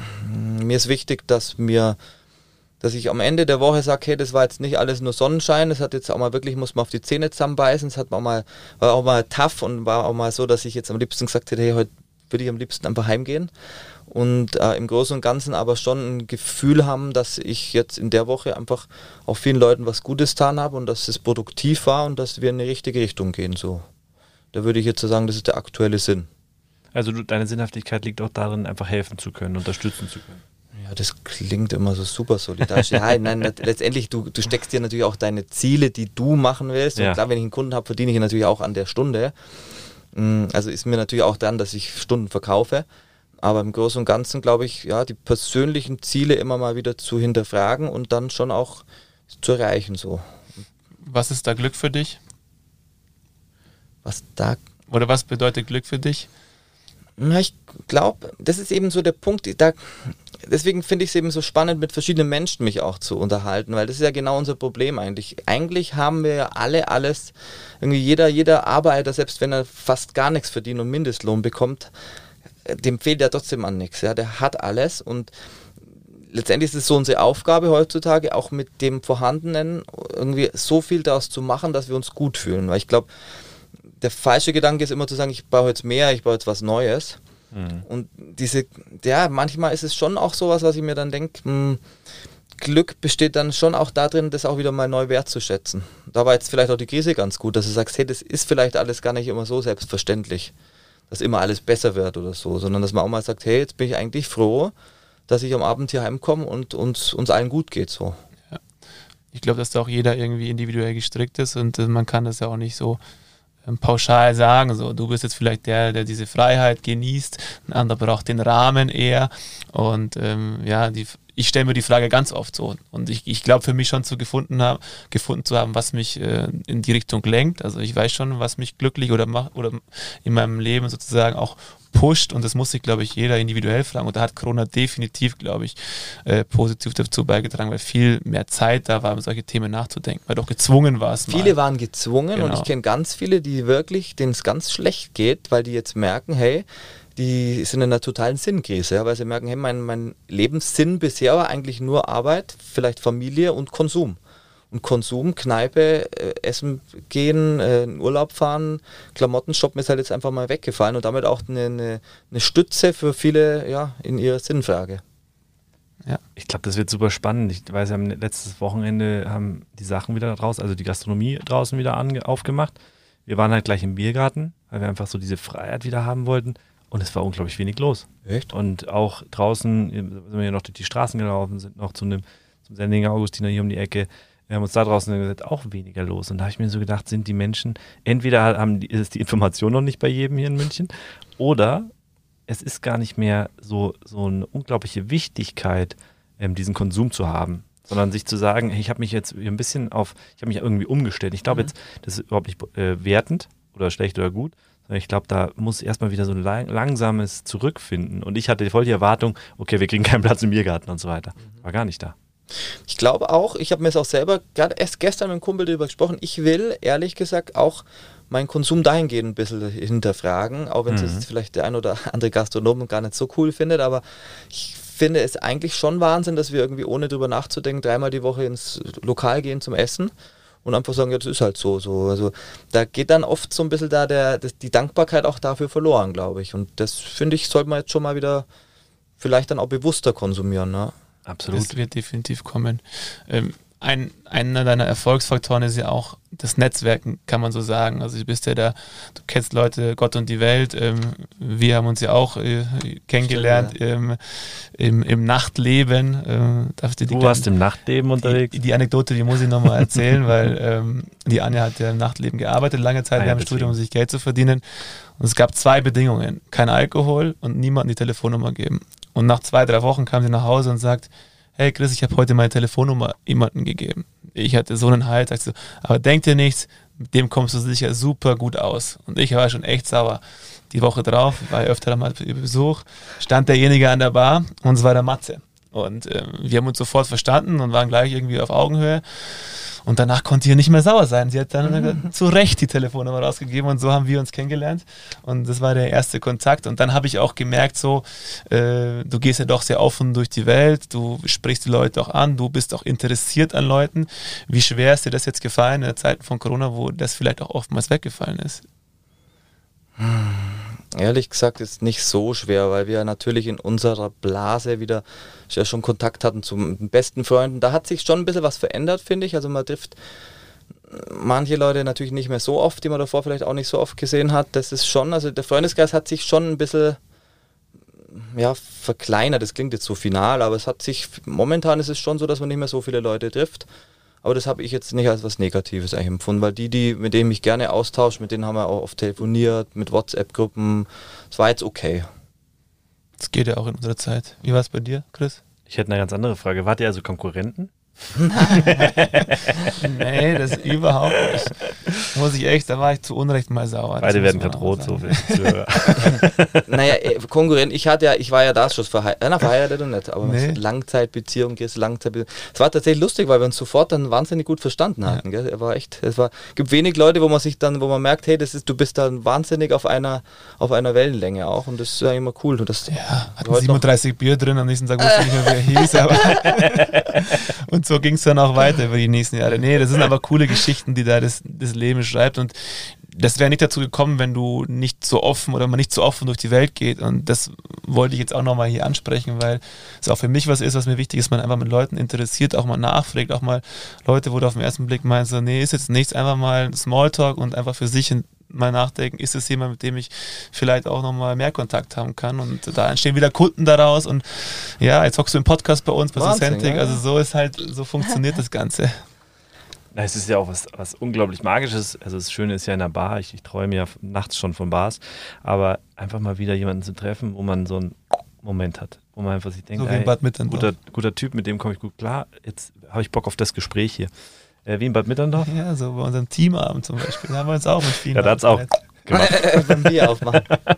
mir ist wichtig, dass mir dass ich am Ende der Woche sage, hey, das war jetzt nicht alles nur Sonnenschein, es hat jetzt auch mal wirklich, muss man auf die Zähne zusammenbeißen, es hat auch mal, war auch mal tough und war auch mal so, dass ich jetzt am liebsten gesagt hätte, hey, heute würde ich am liebsten einfach heimgehen und äh, im Großen und Ganzen aber schon ein Gefühl haben, dass ich jetzt in der Woche einfach auch vielen Leuten was Gutes getan habe und dass es produktiv war und dass wir in die richtige Richtung gehen, so. Da würde ich jetzt so sagen, das ist der aktuelle Sinn. Also du, deine Sinnhaftigkeit liegt auch darin, einfach helfen zu können, unterstützen zu können. Ja, das klingt immer so super solidarisch. Ja, nein, letztendlich, du, du steckst dir natürlich auch deine Ziele, die du machen willst. Ja. Und klar, wenn ich einen Kunden habe, verdiene ich natürlich auch an der Stunde. Also ist mir natürlich auch dran, dass ich Stunden verkaufe. Aber im Großen und Ganzen glaube ich, ja, die persönlichen Ziele immer mal wieder zu hinterfragen und dann schon auch zu erreichen. So. Was ist da Glück für dich? Was da... Oder was bedeutet Glück für dich? Na, ich glaube, das ist eben so der Punkt, da, deswegen finde ich es eben so spannend, mit verschiedenen Menschen mich auch zu unterhalten, weil das ist ja genau unser Problem eigentlich. Eigentlich haben wir ja alle alles, irgendwie jeder, jeder Arbeiter, selbst wenn er fast gar nichts verdient und Mindestlohn bekommt, dem fehlt ja trotzdem an nichts. Ja? Der hat alles und letztendlich ist es so unsere Aufgabe heutzutage, auch mit dem Vorhandenen irgendwie so viel daraus zu machen, dass wir uns gut fühlen, weil ich glaube, der falsche Gedanke ist immer zu sagen, ich brauche jetzt mehr, ich brauche jetzt was Neues. Mhm. Und diese, ja, manchmal ist es schon auch sowas, was ich mir dann denke, Glück besteht dann schon auch darin, das auch wieder mal neu wertzuschätzen. Da war jetzt vielleicht auch die Krise ganz gut, dass du sagst, hey, das ist vielleicht alles gar nicht immer so selbstverständlich, dass immer alles besser wird oder so, sondern dass man auch mal sagt, hey, jetzt bin ich eigentlich froh, dass ich am Abend hier heimkomme und uns, uns allen gut geht so. Ja. Ich glaube, dass da auch jeder irgendwie individuell gestrickt ist und äh, man kann das ja auch nicht so pauschal sagen, so du bist jetzt vielleicht der, der diese Freiheit genießt, ein anderer braucht den Rahmen eher und ähm, ja, die, ich stelle mir die Frage ganz oft so und ich, ich glaube für mich schon zu gefunden, hab, gefunden zu haben, was mich äh, in die Richtung lenkt, also ich weiß schon, was mich glücklich oder macht oder in meinem Leben sozusagen auch pusht und das muss sich, glaube ich, jeder individuell fragen und da hat Corona definitiv, glaube ich, äh, positiv dazu beigetragen, weil viel mehr Zeit da war, um solche Themen nachzudenken, weil du auch gezwungen warst. Viele mal. waren gezwungen genau. Und ich kenne ganz viele, die wirklich, denen es ganz schlecht geht, weil die jetzt merken, hey, die sind in einer totalen Sinnkrise, ja, weil sie merken, hey, mein, mein Lebenssinn bisher war eigentlich nur Arbeit, vielleicht Familie und Konsum. Und Konsum, Kneipe, äh, Essen gehen, äh, in Urlaub fahren, Klamotten shoppen ist halt jetzt einfach mal weggefallen und damit auch eine, eine, eine Stütze für viele ja, in ihrer Sinnfrage. Ja. Ich glaube, das wird super spannend. Ich weiß, wir haben letztes Wochenende haben die Sachen wieder draußen, also die Gastronomie draußen wieder ange- aufgemacht. Wir waren halt gleich im Biergarten, weil wir einfach so diese Freiheit wieder haben wollten und es war unglaublich wenig los. Echt? Und auch draußen sind wir ja noch durch die Straßen gelaufen, sind noch zu einem zum Sendinger Augustiner hier um die Ecke. Wir haben uns da draußen gesagt, auch weniger los. Und da habe ich mir so gedacht, sind die Menschen, entweder haben die, ist die Information noch nicht bei jedem hier in München oder es ist gar nicht mehr so, so eine unglaubliche Wichtigkeit, ähm, diesen Konsum zu haben, sondern sich zu sagen, hey, ich habe mich jetzt ein bisschen auf, ich habe mich irgendwie umgestellt. Ich glaube mhm. jetzt, das ist überhaupt nicht äh, wertend oder schlecht oder gut, sondern ich glaube, da muss erstmal wieder so ein lang, langsames Zurückfinden. Und ich hatte voll die Erwartung, okay, wir kriegen keinen Platz im Biergarten und so weiter. War gar nicht da. Ich glaube auch, ich habe mir es auch selber gerade erst gestern mit einem Kumpel darüber gesprochen, ich will ehrlich gesagt auch meinen Konsum dahingehend ein bisschen hinterfragen, auch wenn es mhm. vielleicht der ein oder andere Gastronom gar nicht so cool findet, aber ich finde es eigentlich schon Wahnsinn, dass wir irgendwie ohne drüber nachzudenken dreimal die Woche ins Lokal gehen zum Essen und einfach sagen, ja, das ist halt so. so. Also da geht dann oft so ein bisschen da der, das, die Dankbarkeit auch dafür verloren, glaube ich. Und das finde ich, sollte man jetzt schon mal wieder vielleicht dann auch bewusster konsumieren, ne? Absolut. Das wird definitiv kommen. Ähm, ein, einer deiner Erfolgsfaktoren ist ja auch das Netzwerken, kann man so sagen. Also du bist ja da, du kennst Leute, Gott und die Welt. Ähm, wir haben uns ja auch äh, kennengelernt Stimmt, ja. im, im, im Nachtleben. Äh, darfst du die du warst im Nachtleben unterwegs? Die, die Anekdote, die muss ich nochmal erzählen, weil ähm, die Anja hat ja im Nachtleben gearbeitet, lange Zeit ah, ja, während dem Studium, um sich Geld zu verdienen. Und es gab zwei Bedingungen. Kein Alkohol und niemandem die Telefonnummer geben. Und nach zwei, drei Wochen kam sie nach Hause und sagt, hey Chris, ich habe heute meine Telefonnummer jemandem gegeben. Ich hatte so einen Halt, sagst du, aber denk dir nichts, mit dem kommst du sicher super gut aus. Und ich war schon echt sauer. Die Woche drauf, war ich öfter mal über Besuch, stand derjenige an der Bar und es war der Matze. Und äh, wir haben uns sofort verstanden und waren gleich irgendwie auf Augenhöhe. Und danach konnte ich nicht mehr sauer sein. Sie hat dann mhm. zu Recht die Telefonnummer rausgegeben und so haben wir uns kennengelernt. Und das war der erste Kontakt. Und dann habe ich auch gemerkt, so, äh, du gehst ja doch sehr offen durch die Welt, du sprichst die Leute auch an, du bist auch interessiert an Leuten. Wie schwer ist dir das jetzt gefallen in der Zeit von Corona, wo das vielleicht auch oftmals weggefallen ist? Ehrlich gesagt ist nicht so schwer, weil wir natürlich in unserer Blase wieder ja schon Kontakt hatten zu besten Freunden. Da hat sich schon ein bisschen was verändert, finde ich. Also man trifft manche Leute natürlich nicht mehr so oft, die man davor vielleicht auch nicht so oft gesehen hat. Das ist schon, also der Freundeskreis hat sich schon ein bisschen ja, verkleinert. Das klingt jetzt so final, aber es hat sich, momentan ist es schon so, dass man nicht mehr so viele Leute trifft. Aber das habe ich jetzt nicht als was Negatives eigentlich empfunden, weil die, die, mit denen ich mich gerne austausche, mit denen haben wir auch oft telefoniert, mit WhatsApp-Gruppen. Es war jetzt okay. Das geht ja auch in unserer Zeit. Wie war es bei dir, Chris? Ich hätte eine ganz andere Frage. Wart ihr also Konkurrenten? Nee, das überhaupt nicht. Muss ich echt, da war ich zu Unrecht mal sauer. Beide werden gerade rot, so viel Zuhörer. Naja, Konkurrent, ich hatte ja, ich war ja da schon verheiratet, äh, verheiratet und nicht, aber Nee. nee. Langzeitbeziehung ist, Langzeitbeziehung. Es war tatsächlich lustig, weil wir uns sofort dann wahnsinnig gut verstanden hatten. Gell? Er war echt, es war, gibt wenig Leute, wo man sich dann, wo man merkt, hey, das ist, du bist dann wahnsinnig auf einer, auf einer Wellenlänge auch und das ist ja immer cool. Und das, Ja, hatten heute siebenunddreißig Bier drin, am nächsten Tag wusste ich nicht mehr, wer hieß, aber und so ging es dann auch weiter über die nächsten Jahre. Nee, das sind aber coole Geschichten, die da das, das Leben schreibt und das wäre nicht dazu gekommen, wenn du nicht so offen oder man nicht so offen durch die Welt geht und das wollte ich jetzt auch nochmal hier ansprechen, weil es auch für mich was ist, was mir wichtig ist, man einfach mit Leuten interessiert, auch mal nachfragt, auch mal Leute, wo du auf den ersten Blick meinst, so, nee, ist jetzt nichts, einfach mal Smalltalk und einfach für sich mal nachdenken, ist es jemand, mit dem ich vielleicht auch nochmal mehr Kontakt haben kann und da entstehen wieder Kunden daraus und ja, jetzt hockst du im Podcast bei uns, bei Wahnsinn, Socentic, ja. also so ist halt, so funktioniert das Ganze. Na, es ist ja auch was, was unglaublich Magisches. Also das Schöne ist ja in der Bar, ich, ich träume ja nachts schon von Bars, aber einfach mal wieder jemanden zu treffen, wo man so einen Moment hat, wo man einfach sich denkt, So wie in ey, Bad Mitterndorf. guter, guter Typ, mit dem komme ich gut klar, jetzt habe ich Bock auf das Gespräch hier. Äh, wie in Bad Mitterndorf? Ja, so bei unserem Teamabend zum Beispiel, da haben wir uns auch mit vielen Ja, da hat es auch gemacht. wenn wir aufmachen.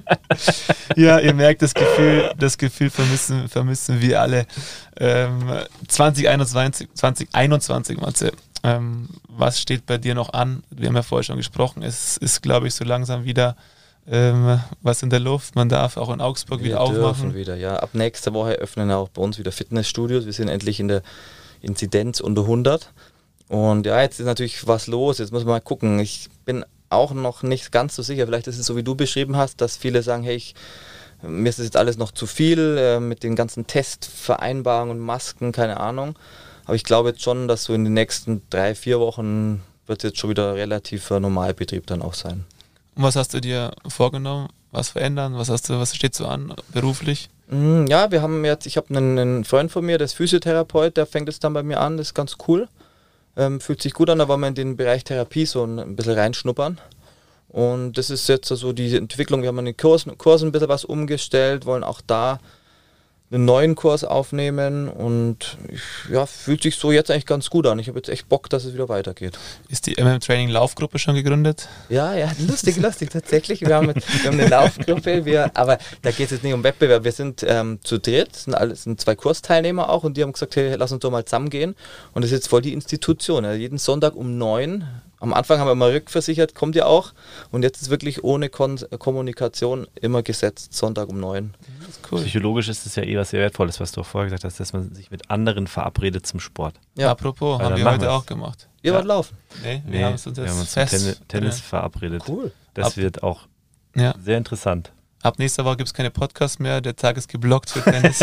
Ja, ihr merkt, das Gefühl, das Gefühl vermissen, vermissen wir alle. Ähm, zwanzig einundzwanzig, zwanzig einundzwanzig, Matze, ähm, was steht bei dir noch an? Wir haben ja vorher schon gesprochen, es ist, glaube ich, so langsam wieder ähm, was in der Luft. Man darf auch in Augsburg Wir wieder dürfen aufmachen. wieder, ja. Ab nächster Woche öffnen auch bei uns wieder Fitnessstudios. Wir sind endlich in der Inzidenz unter hundert. Und ja, jetzt ist natürlich was los. Jetzt muss man mal gucken. Ich bin auch noch nicht ganz so sicher. Vielleicht ist es so, wie du beschrieben hast, dass viele sagen, hey, ich, mir ist das jetzt alles noch zu viel äh, mit den ganzen Testvereinbarungen und Masken, keine Ahnung. Aber ich glaube jetzt schon, dass so in den nächsten drei, vier Wochen wird es jetzt schon wieder relativ äh, Normalbetrieb dann auch sein. Und was hast du dir vorgenommen? Was verändern? Was hast du, was steht so an beruflich? Mm, Ja, wir haben jetzt, ich habe einen, einen Freund von mir, der ist Physiotherapeut, der fängt jetzt dann bei mir an, das ist ganz cool. Ähm, fühlt sich gut an, da wollen wir in den Bereich Therapie so ein, ein bisschen reinschnuppern. Und das ist jetzt so also die Entwicklung, wir haben in den Kursen, Kursen ein bisschen was umgestellt, wollen auch da einen neuen Kurs aufnehmen und ich, ja, fühlt sich so jetzt eigentlich ganz gut an. Ich habe jetzt echt Bock, dass es wieder weitergeht. Ist die M M Training Laufgruppe schon gegründet? Ja, ja, lustig, lustig, tatsächlich. Wir haben, wir haben eine Laufgruppe, wir, aber da geht es jetzt nicht um Wettbewerb. Wir sind ähm, zu dritt, sind, alle, sind zwei Kursteilnehmer auch und die haben gesagt, hey, lass uns doch mal zusammengehen. Und das ist jetzt voll die Institution. Also jeden Sonntag um neun. Am Anfang haben wir mal rückversichert, kommt ja auch. Und jetzt ist wirklich ohne Kon Kommunikation immer gesetzt, Sonntag um neun. Das ist cool. Psychologisch ist es ja eh was sehr Wertvolles, was du auch vorher gesagt hast, dass man sich mit anderen verabredet zum Sport. Ja, Apropos, Ja, haben dann wir machen heute wir's. auch gemacht. ihr Ja. wollt laufen. Nee, wir Nee, haben uns jetzt wir haben uns fest. zum Tennis, Tennis verabredet. Cool. Das Ab- wird auch Ja. sehr interessant. Ab nächster Woche gibt es keine Podcasts mehr, der Tag ist geblockt für Tennis.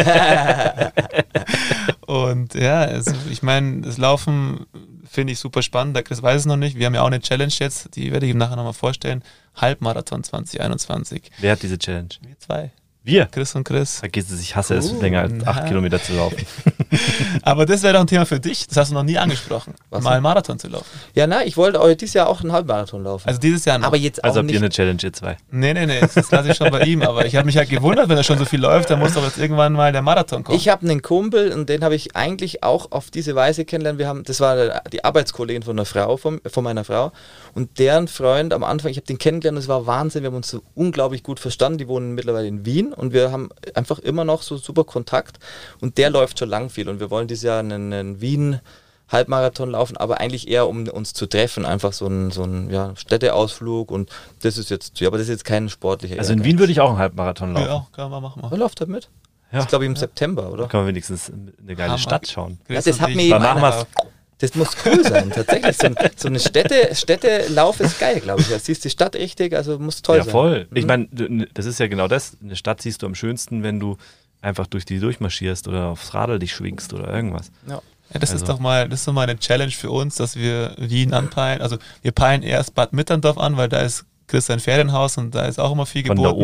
Und ja, also ich meine, das Laufen finde ich super spannend. Der Chris weiß es noch nicht. Wir haben ja auch eine Challenge jetzt, die werde ich ihm nachher nochmal vorstellen. Halbmarathon zwanzig einundzwanzig. Wer hat diese Challenge? Wir zwei, Wir. Chris und Chris. Vergiss es, ich hasse es, Cool. länger als acht Na. Kilometer zu laufen. Aber das wäre doch ein Thema für dich. Das hast du noch nie angesprochen, Was mal denn? einen Marathon zu laufen. Ja, na, ich wollte euch dieses Jahr auch einen Halbmarathon laufen. Also dieses Jahr noch. aber jetzt auch Also habt nicht. ihr eine Challenge, ihr zwei. nee, nee, nee, das lasse ich schon bei ihm. Aber ich habe mich halt gewundert, wenn er schon so viel läuft, dann muss doch jetzt irgendwann mal der Marathon kommen. Ich habe einen Kumpel und den habe ich eigentlich auch auf diese Weise kennengelernt. Wir haben, das war die Arbeitskollegin von einer Frau, von, von meiner Frau und deren Freund am Anfang, ich habe den kennengelernt, das war Wahnsinn, wir haben uns so unglaublich gut verstanden, die wohnen mittlerweile in Wien und wir haben einfach immer noch so super Kontakt und der läuft schon lang viel und wir wollen dieses Jahr einen, einen Wien Halbmarathon laufen, aber eigentlich eher um uns zu treffen, einfach so ein, so ein ja, Städteausflug und das ist jetzt, ja, aber das ist jetzt kein sportlicher Also in Ehrgeiz. Wien würde ich auch einen Halbmarathon laufen. ja, können wir machen. Wer läuft da mit? Ja. Das ist glaube ich im September, oder? Da können wir wenigstens eine geile Hammer. Stadt schauen. Ja, das hat mir eben Danach einer- mal Das muss cool sein, tatsächlich. So, ein, so eine Städte, Städtelauf ist geil, glaube ich. Da siehst die Stadt richtig, also muss toll Ja, sein. voll. Mhm. Ich meine, du- das ist ja genau das. Eine Stadt siehst du am schönsten, wenn du einfach durch die durchmarschierst oder aufs Radl dich schwingst oder irgendwas. Ja. Ja, das Also- ist doch mal, das ist doch mal eine Challenge für uns, dass wir Wien anpeilen. Also wir peilen erst Bad Mitterndorf an, weil da ist Chris sein Ferienhaus und da ist auch immer viel Von geboten. der Oma.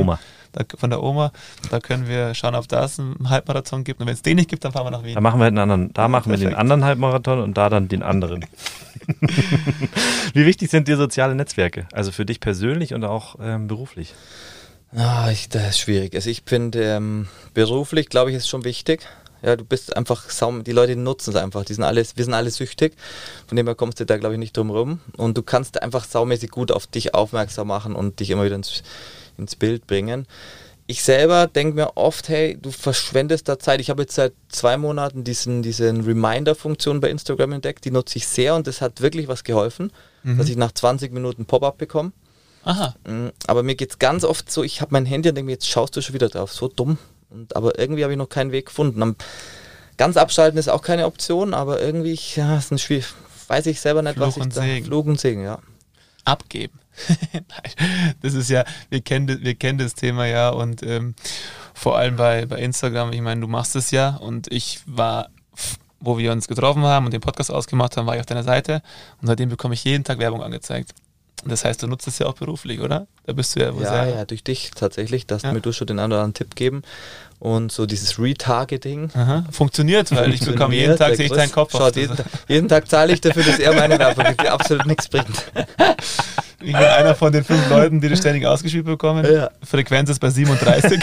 da, von der Oma. Da können wir schauen, ob da es einen Halbmarathon gibt. Und wenn es den nicht gibt, dann fahren wir nach Wien. Da machen wir halt einen anderen, da machen wir den anderen Halbmarathon und da dann den anderen. Wie wichtig sind dir soziale Netzwerke? Also für dich persönlich und auch ähm, beruflich? Ah, ich, das ist schwierig. Also ich finde, ähm, beruflich, glaube ich, ist schon wichtig. Ja, du bist einfach, saum, die Leute nutzen es einfach. Die sind alles, wir sind alle süchtig. Von dem her kommst du da, glaube ich, nicht drum rum. Und du kannst einfach saumäßig gut auf dich aufmerksam machen und dich immer wieder ins, ins Bild bringen. Ich selber denke mir oft, hey, du verschwendest da Zeit. Ich habe jetzt seit zwei Monaten diesen, diesen Reminder-Funktion bei Instagram entdeckt. Die nutze ich sehr und das hat wirklich was geholfen, mhm. dass ich nach zwanzig Minuten Pop-up bekomme. Aha. Aber mir geht es ganz oft so, ich habe mein Handy und denke mir, jetzt schaust du schon wieder drauf. So dumm. Und, aber irgendwie habe ich noch keinen Weg gefunden. Am, ganz abschalten ist auch keine Option, aber irgendwie, ja, ist ein Spiel, weiß ich selber nicht, Fluch was ich und da... Segen. Flug und Segen, ja. Abgeben. Nein, das ist ja, wir kennen, wir kennen das Thema ja und ähm, vor allem bei, bei Instagram, ich meine, du machst es ja und ich war, wo wir uns getroffen haben und den Podcast ausgemacht haben, war ich auf deiner Seite und seitdem bekomme ich jeden Tag Werbung angezeigt. Das heißt, du nutzt es ja auch beruflich, oder? Da bist du ja wohl Ja, selber. ja, durch dich tatsächlich, dass ja. mir du schon den einen oder anderen Tipp geben. Und so dieses Retargeting. Aha. Funktioniert, weil ich bekomme jeden Tag, sehe ich deinen Kopf auf. Jeden, jeden Tag zahle ich dafür, dass er meine Werbung gibt, die absolut nichts bringt. Ich bin einer von den fünf Leuten, die das ständig ausgespielt bekommen. Ja. Frequenz ist bei siebenunddreißig.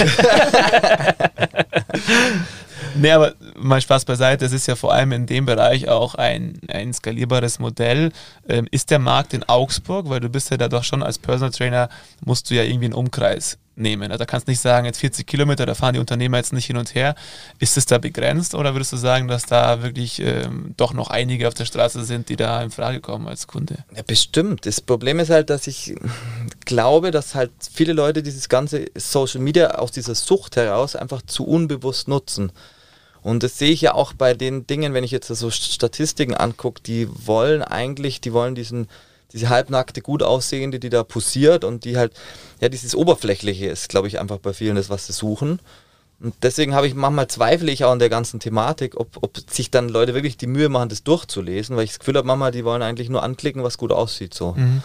Nee, aber mal Spaß beiseite, es ist ja vor allem in dem Bereich auch ein, ein skalierbares Modell. Ähm, ist der Markt in Augsburg, weil du bist ja da doch schon als Personal Trainer, musst du ja irgendwie einen Umkreis nehmen. Also da kannst du nicht sagen, jetzt vierzig Kilometer, da fahren die Unternehmer jetzt nicht hin und her. Ist es da begrenzt oder würdest du sagen, dass da wirklich ähm, doch noch einige auf der Straße sind, die da in Frage kommen als Kunde? Ja, bestimmt. Das Problem ist halt, dass ich glaube, dass halt viele Leute dieses ganze Social Media aus dieser Sucht heraus einfach zu unbewusst nutzen. Und das sehe ich ja auch bei den Dingen, wenn ich jetzt so Statistiken angucke, die wollen eigentlich, die wollen diesen, diese halbnackte, gut aussehende, die da posiert und die halt, ja, dieses Oberflächliche ist, glaube ich, einfach bei vielen das, was sie suchen. Und deswegen habe ich, manchmal zweifle ich auch an der ganzen Thematik, ob, ob sich dann Leute wirklich die Mühe machen, das durchzulesen, weil ich das Gefühl habe, manchmal, die wollen eigentlich nur anklicken, was gut aussieht, so. Mhm.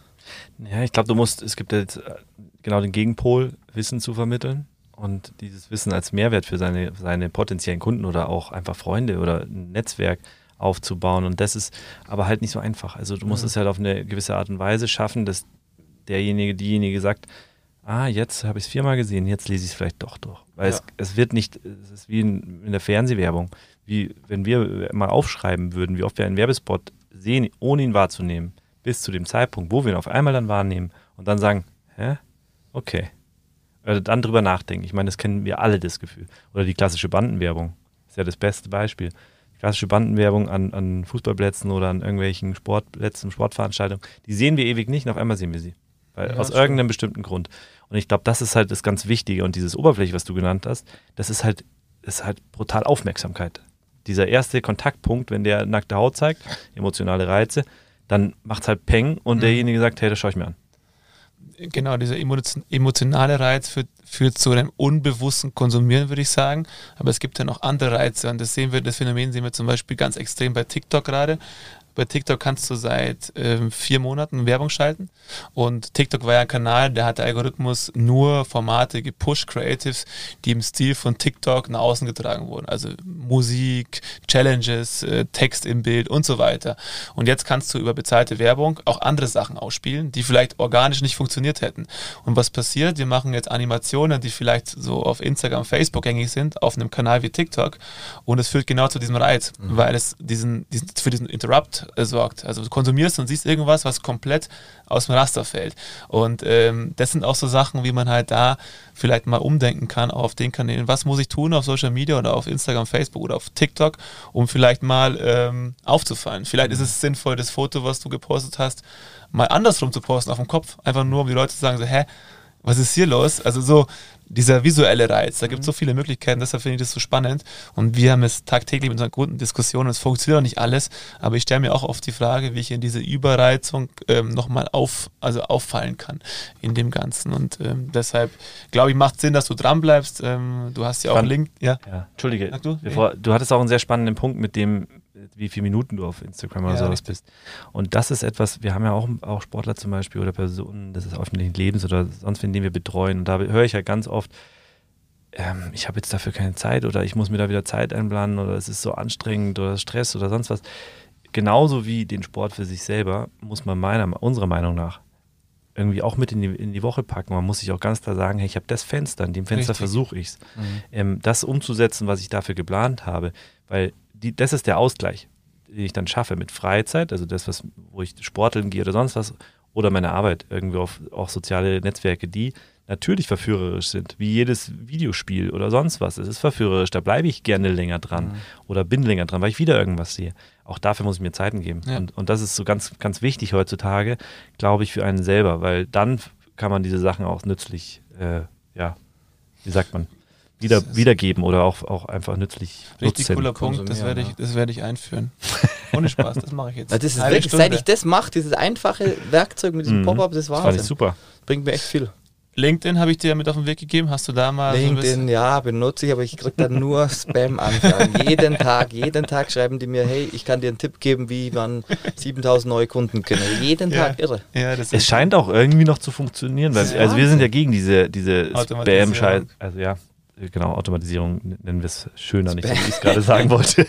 Ja, ich glaube, du musst, es gibt jetzt genau den Gegenpol, Wissen zu vermitteln. Und dieses Wissen als Mehrwert für seine, seine potenziellen Kunden oder auch einfach Freunde oder ein Netzwerk aufzubauen. Und das ist aber halt nicht so einfach. Also du musst mhm. es halt auf eine gewisse Art und Weise schaffen, dass derjenige, diejenige sagt, ah, jetzt habe ich es viermal gesehen, jetzt lese ich es vielleicht doch durch. Weil ja. es, es wird nicht, es ist wie in, in der Fernsehwerbung, wie wenn wir mal aufschreiben würden, wie oft wir einen Werbespot sehen, ohne ihn wahrzunehmen, bis zu dem Zeitpunkt, wo wir ihn auf einmal dann wahrnehmen und dann sagen, hä? Okay. Oder dann drüber nachdenken. Ich meine, das kennen wir alle, das Gefühl. Oder die klassische Bandenwerbung. Ist ja das beste Beispiel. Die klassische Bandenwerbung an, an Fußballplätzen oder an irgendwelchen Sportplätzen, Sportveranstaltungen, die sehen wir ewig nicht und auf einmal sehen wir sie. Weil, ja, aus stimmt. irgendeinem bestimmten Grund. Und ich glaube, das ist halt das ganz Wichtige. Und dieses Oberfläche, was du genannt hast, das ist halt, ist halt brutal Aufmerksamkeit. Dieser erste Kontaktpunkt, wenn der nackte Haut zeigt, emotionale Reize, dann macht es halt Peng und mhm. derjenige sagt, hey, das schaue ich mir an. Genau, dieser emotionale Reiz führt, führt zu einem unbewussten Konsumieren, würde ich sagen. Aber es gibt ja noch andere Reize und das sehen wir, das Phänomen sehen wir zum Beispiel ganz extrem bei TikTok gerade. Bei TikTok kannst du seit ähm, vier Monaten Werbung schalten und TikTok war ja ein Kanal, der hat der Algorithmus nur Formate gepusht, Creatives, die im Stil von TikTok nach außen getragen wurden. Also Musik, Challenges, äh, Text im Bild und so weiter. Und jetzt kannst du über bezahlte Werbung auch andere Sachen ausspielen, die vielleicht organisch nicht funktioniert hätten. Und was passiert? Wir machen jetzt Animationen, die vielleicht so auf Instagram, Facebook gängig sind, auf einem Kanal wie TikTok und es führt genau zu diesem Reiz, mhm. weil es diesen, diesen für diesen Interrupt sorgt. Also du konsumierst und siehst irgendwas, was komplett aus dem Raster fällt. Und ähm, das sind auch so Sachen, wie man halt da vielleicht mal umdenken kann auf den Kanälen. Was muss ich tun auf Social Media oder auf Instagram, Facebook oder auf TikTok, um vielleicht mal ähm, aufzufallen. Vielleicht ist es sinnvoll, das Foto, was du gepostet hast, mal andersrum zu posten auf dem Kopf. Einfach nur, um die Leute zu sagen, so, hä, was ist hier los? Also so dieser visuelle Reiz, da gibt es so viele Möglichkeiten, deshalb finde ich das so spannend und wir haben es tagtäglich mit unseren guten Diskussionen, es funktioniert auch nicht alles, aber ich stelle mir auch oft die Frage, wie ich in diese Überreizung ähm, nochmal auf, also auffallen kann in dem Ganzen und ähm, deshalb glaube ich, macht Sinn, dass du dran bleibst, ähm, du hast ja auch einen Link, ja. ja. Entschuldige, Sag du? Bevor, du hattest auch einen sehr spannenden Punkt mit dem wie viele Minuten du auf Instagram oder Ja, sowas richtig. bist. Und das ist etwas, wir haben ja auch, auch Sportler zum Beispiel oder Personen des öffentlichen Lebens oder sonst wen, den wir betreuen. Und da höre ich ja ganz oft, ähm, ich habe jetzt dafür keine Zeit oder ich muss mir da wieder Zeit einplanen oder es ist so anstrengend oder Stress oder sonst was. Genauso wie den Sport für sich selber muss man meiner, unserer Meinung nach irgendwie auch mit in die, in die Woche packen. Man muss sich auch ganz klar sagen, hey, ich habe das Fenster, in dem Fenster Richtig. versuche ich es. Mhm. Ähm, das umzusetzen, was ich dafür geplant habe, weil die, das ist der Ausgleich, den ich dann schaffe mit Freizeit, also das, was, wo ich sporteln gehe oder sonst was, oder meine Arbeit, irgendwie auf auch soziale Netzwerke, die natürlich verführerisch sind, wie jedes Videospiel oder sonst was. Es ist verführerisch, da bleibe ich gerne länger dran Mhm. oder bin länger dran, weil ich wieder irgendwas sehe. Auch dafür muss ich mir Zeiten geben. Ja. Und, und das ist so ganz, ganz wichtig heutzutage, glaube ich, für einen selber, weil dann kann man diese Sachen auch nützlich, äh, ja, wie sagt man, wieder, wiedergeben oder auch, auch einfach nützlich Richtig nutzen. cooler Punkt, das konsumieren, werde ich, ja. das werde ich einführen. Ohne Spaß, das mache ich jetzt. Ja, das ist Eine wirklich, Stunde. seit ich das mache, dieses einfache Werkzeug mit diesem Mhm. Pop-Up, das Das fand Wahnsinn. ich super. Bringt mir echt viel. LinkedIn habe ich dir ja mit auf den Weg gegeben. Hast du da mal so ein LinkedIn, bisschen... ja, benutze ich, aber ich kriege da nur Spam-Anfragen. jeden Tag, jeden Tag schreiben die mir, hey, ich kann dir einen Tipp geben, wie man siebentausend neue Kunden generiert. Jeden Ja. Tag, irre. Ja, das Es ist scheint auch irgendwie noch zu funktionieren, weil Das ist also wir sind Wahnsinn. ja gegen diese, diese Automatisierung. Spam-Scheiß, also ja, genau, Automatisierung nennen wir es schöner, nicht so, wie ich es gerade sagen wollte.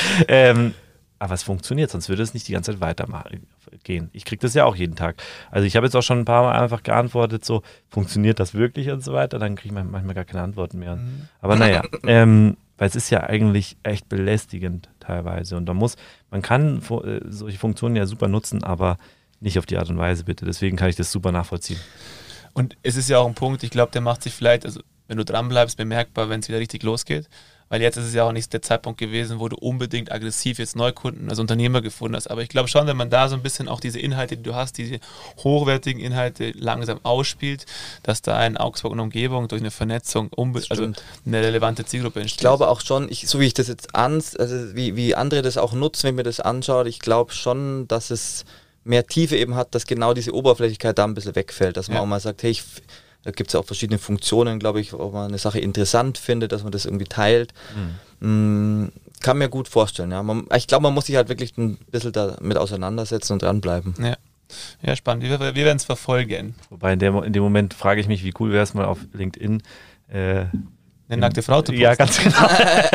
ähm, aber es funktioniert, sonst würde es nicht die ganze Zeit weitergehen. Ich kriege das ja auch jeden Tag. Also ich habe jetzt auch schon ein paar Mal einfach geantwortet, so, funktioniert das wirklich und so weiter, dann kriege ich manchmal gar keine Antworten mehr. Mhm. Aber naja, ähm, weil es ist ja eigentlich echt belästigend teilweise und da muss, man kann fu- äh, solche Funktionen ja super nutzen, aber nicht auf die Art und Weise bitte. Deswegen kann ich das super nachvollziehen. Und es ist ja auch ein Punkt, ich glaube, der macht sich vielleicht, also wenn du dran bleibst, bemerkbar, wenn es wieder richtig losgeht. Weil jetzt ist es ja auch nicht der Zeitpunkt gewesen, wo du unbedingt aggressiv jetzt Neukunden als Unternehmer gefunden hast. Aber ich glaube schon, wenn man da so ein bisschen auch diese Inhalte, die du hast, diese hochwertigen Inhalte langsam ausspielt, dass da in Augsburg und Umgebung durch eine Vernetzung unbe- also Stimmt. eine relevante Zielgruppe entsteht. Ich glaube auch schon, ich, so wie ich das jetzt an, also wie, wie andere das auch nutzen, wenn mir das anschaut, ich glaube schon, dass es mehr Tiefe eben hat, dass genau diese Oberflächlichkeit da ein bisschen wegfällt, dass man Ja. auch mal sagt, hey, ich, da gibt es ja auch verschiedene Funktionen, glaube ich, ob man eine Sache interessant findet, dass man das irgendwie teilt. Mm, kann mir gut vorstellen, ja. Man, ich glaube, man muss sich halt wirklich ein bisschen damit auseinandersetzen und dranbleiben. Ja, ja spannend. Wir, wir werden es verfolgen. Wobei in, der, in dem Moment frage ich mich, wie cool wäre es mal auf LinkedIn. Äh, Eine nackte Frau zu posten. ja, ganz genau.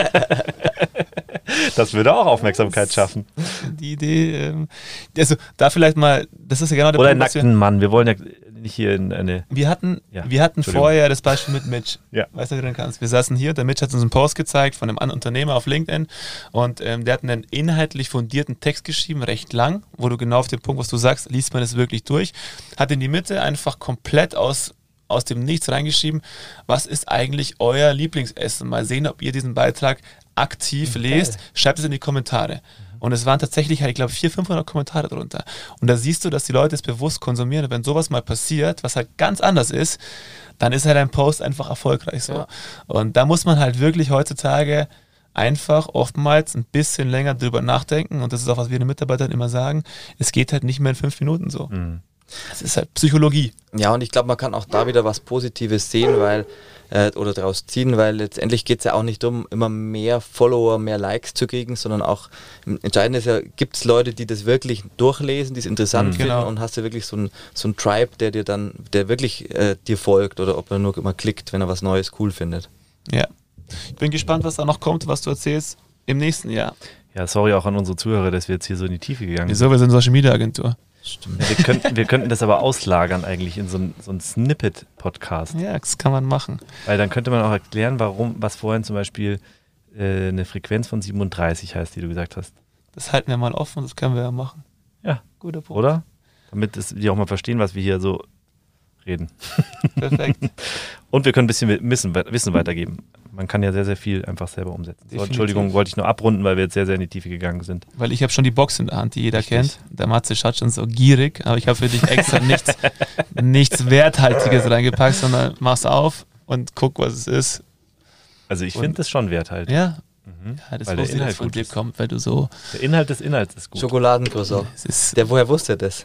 Das würde auch Aufmerksamkeit schaffen. Die Idee, ähm, also da vielleicht mal, das ist ja genau der Oder einen was wir- nackten Mann. Wir wollen ja nicht hier in eine. Wir hatten, Ja, wir hatten Entschuldigung. vorher das Beispiel mit Mitch. Ja. Weißt du, wie du den kannst? Wir saßen hier, der Mitch hat uns einen Post gezeigt von einem anderen Unternehmer auf LinkedIn und ähm, der hat einen inhaltlich fundierten Text geschrieben, recht lang, wo du genau auf den Punkt, was du sagst, liest man es wirklich durch, hat in die Mitte einfach komplett aus aus dem Nichts reingeschrieben, was ist eigentlich euer Lieblingsessen? Mal sehen, ob ihr diesen Beitrag aktiv lest. Schreibt es in die Kommentare. Und es waren tatsächlich, halt, ich glaube, vierhundert, fünfhundert Kommentare drunter. Und da siehst du, dass die Leute es bewusst konsumieren. Und wenn sowas mal passiert, was halt ganz anders ist, dann ist halt ein Post einfach erfolgreich so. Ja. Und da muss man halt wirklich heutzutage einfach oftmals ein bisschen länger drüber nachdenken. Und das ist auch, was wir den Mitarbeitern immer sagen. Es geht halt nicht mehr in fünf Minuten so. Mhm. Es ist halt Psychologie. Ja, und ich glaube, man kann auch da wieder was Positives sehen, weil äh, oder daraus ziehen, weil letztendlich geht es ja auch nicht darum, immer mehr Follower, mehr Likes zu kriegen, sondern auch entscheidend ist ja, gibt es Leute, die das wirklich durchlesen, die es interessant Mhm. finden Genau. und hast du wirklich so ein, so ein Tribe, der dir dann, der wirklich äh, dir folgt oder ob er nur immer klickt, wenn er was Neues cool findet. Ja. Ich bin gespannt, was da noch kommt, was du erzählst im nächsten Jahr. Ja, sorry auch an unsere Zuhörer, dass wir jetzt hier so in die Tiefe gegangen sind. Wieso? Wir sind eine Social Media Agentur. Ja, wir, könnten, wir könnten das aber auslagern eigentlich in so ein, so ein Snippet-Podcast. Ja, das kann man machen. Weil dann könnte man auch erklären, warum, was vorhin zum Beispiel äh, eine Frequenz von siebenunddreißig heißt, die du gesagt hast. Das halten wir mal offen, das können wir ja machen. Ja, Guter Punkt. oder? Damit es, die auch mal verstehen, was wir hier so reden. Perfekt. Und wir können ein bisschen Wissen, Wissen weitergeben. Man kann ja sehr, sehr viel einfach selber umsetzen. So, Definitiv. Entschuldigung, wollte ich nur abrunden, weil wir jetzt sehr, sehr in die Tiefe gegangen sind. Weil ich habe schon die Box in der Hand, die jeder Richtig. kennt. Der Matze schaut schon so gierig, aber ich habe für dich extra nichts, nichts Werthaltiges reingepackt, sondern mach's auf und guck, was es ist. Also ich Und- finde das schon wert halt. Ja, Mhm. ja das Weil der wusste ich, dass Inhalt von gut dir ist. kommt, weil du so, Der Inhalt des Inhalts ist gut. Schokoladencroissant. es ist, Der, woher wusste er das?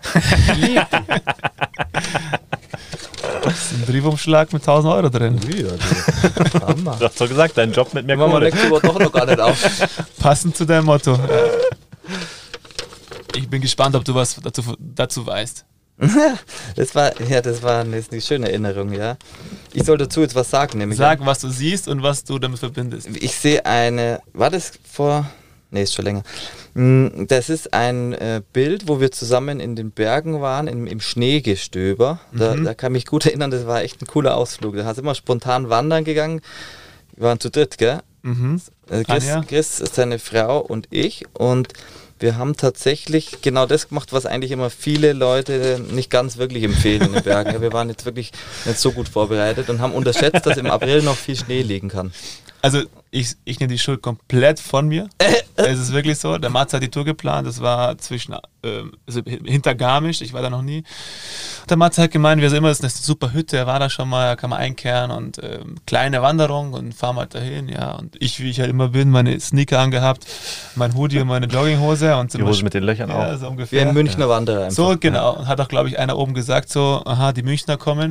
das ist ein Briefumschlag mit tausend Euro drin. Hammer. Du hast doch gesagt, dein Job mit mehr Machen wir Kohle. nächste Woche doch noch gar nicht auf. Passend zu deinem Motto. Ich bin gespannt, ob du was dazu, dazu weißt. Das war, ja, das war eine, eine schöne Erinnerung, ja. Ich soll dazu jetzt was sagen, nämlich. Sag, was du siehst und was du damit verbindest. Ich sehe eine, war das vor, nee, ist schon länger. Das ist ein äh, Bild, wo wir zusammen in den Bergen waren, im, im Schneegestöber. Da, mhm. da kann ich mich gut erinnern, das war echt ein cooler Ausflug. Da sind wir spontan wandern gegangen. Wir waren zu dritt, gell? Mhm. Chris, Chris, seine Frau und ich, und wir haben tatsächlich genau das gemacht, was eigentlich immer viele Leute nicht ganz wirklich empfehlen in den Bergen. Wir waren jetzt wirklich nicht so gut vorbereitet und haben unterschätzt, dass im April noch viel Schnee liegen kann. Also ich, ich nehme die Schuld komplett von mir. Es ist wirklich so, der Mats hat die Tour geplant, das war zwischen ähm, also hinter Garmisch, ich war da noch nie. Der Mats hat gemeint, wir sind immer, das ist eine super Hütte, er war da schon mal, da kann man einkehren und ähm, kleine Wanderung und fahren halt dahin, ja. Und ich, wie ich halt immer bin, meine Sneaker angehabt, mein Hoodie und meine Jogginghose. Und die Hose mit den Löchern ja, auch. So ungefähr. Wie ein Münchner Wanderer einfach. So, genau. Und hat auch, glaube ich, einer oben gesagt so, aha, die Münchner kommen.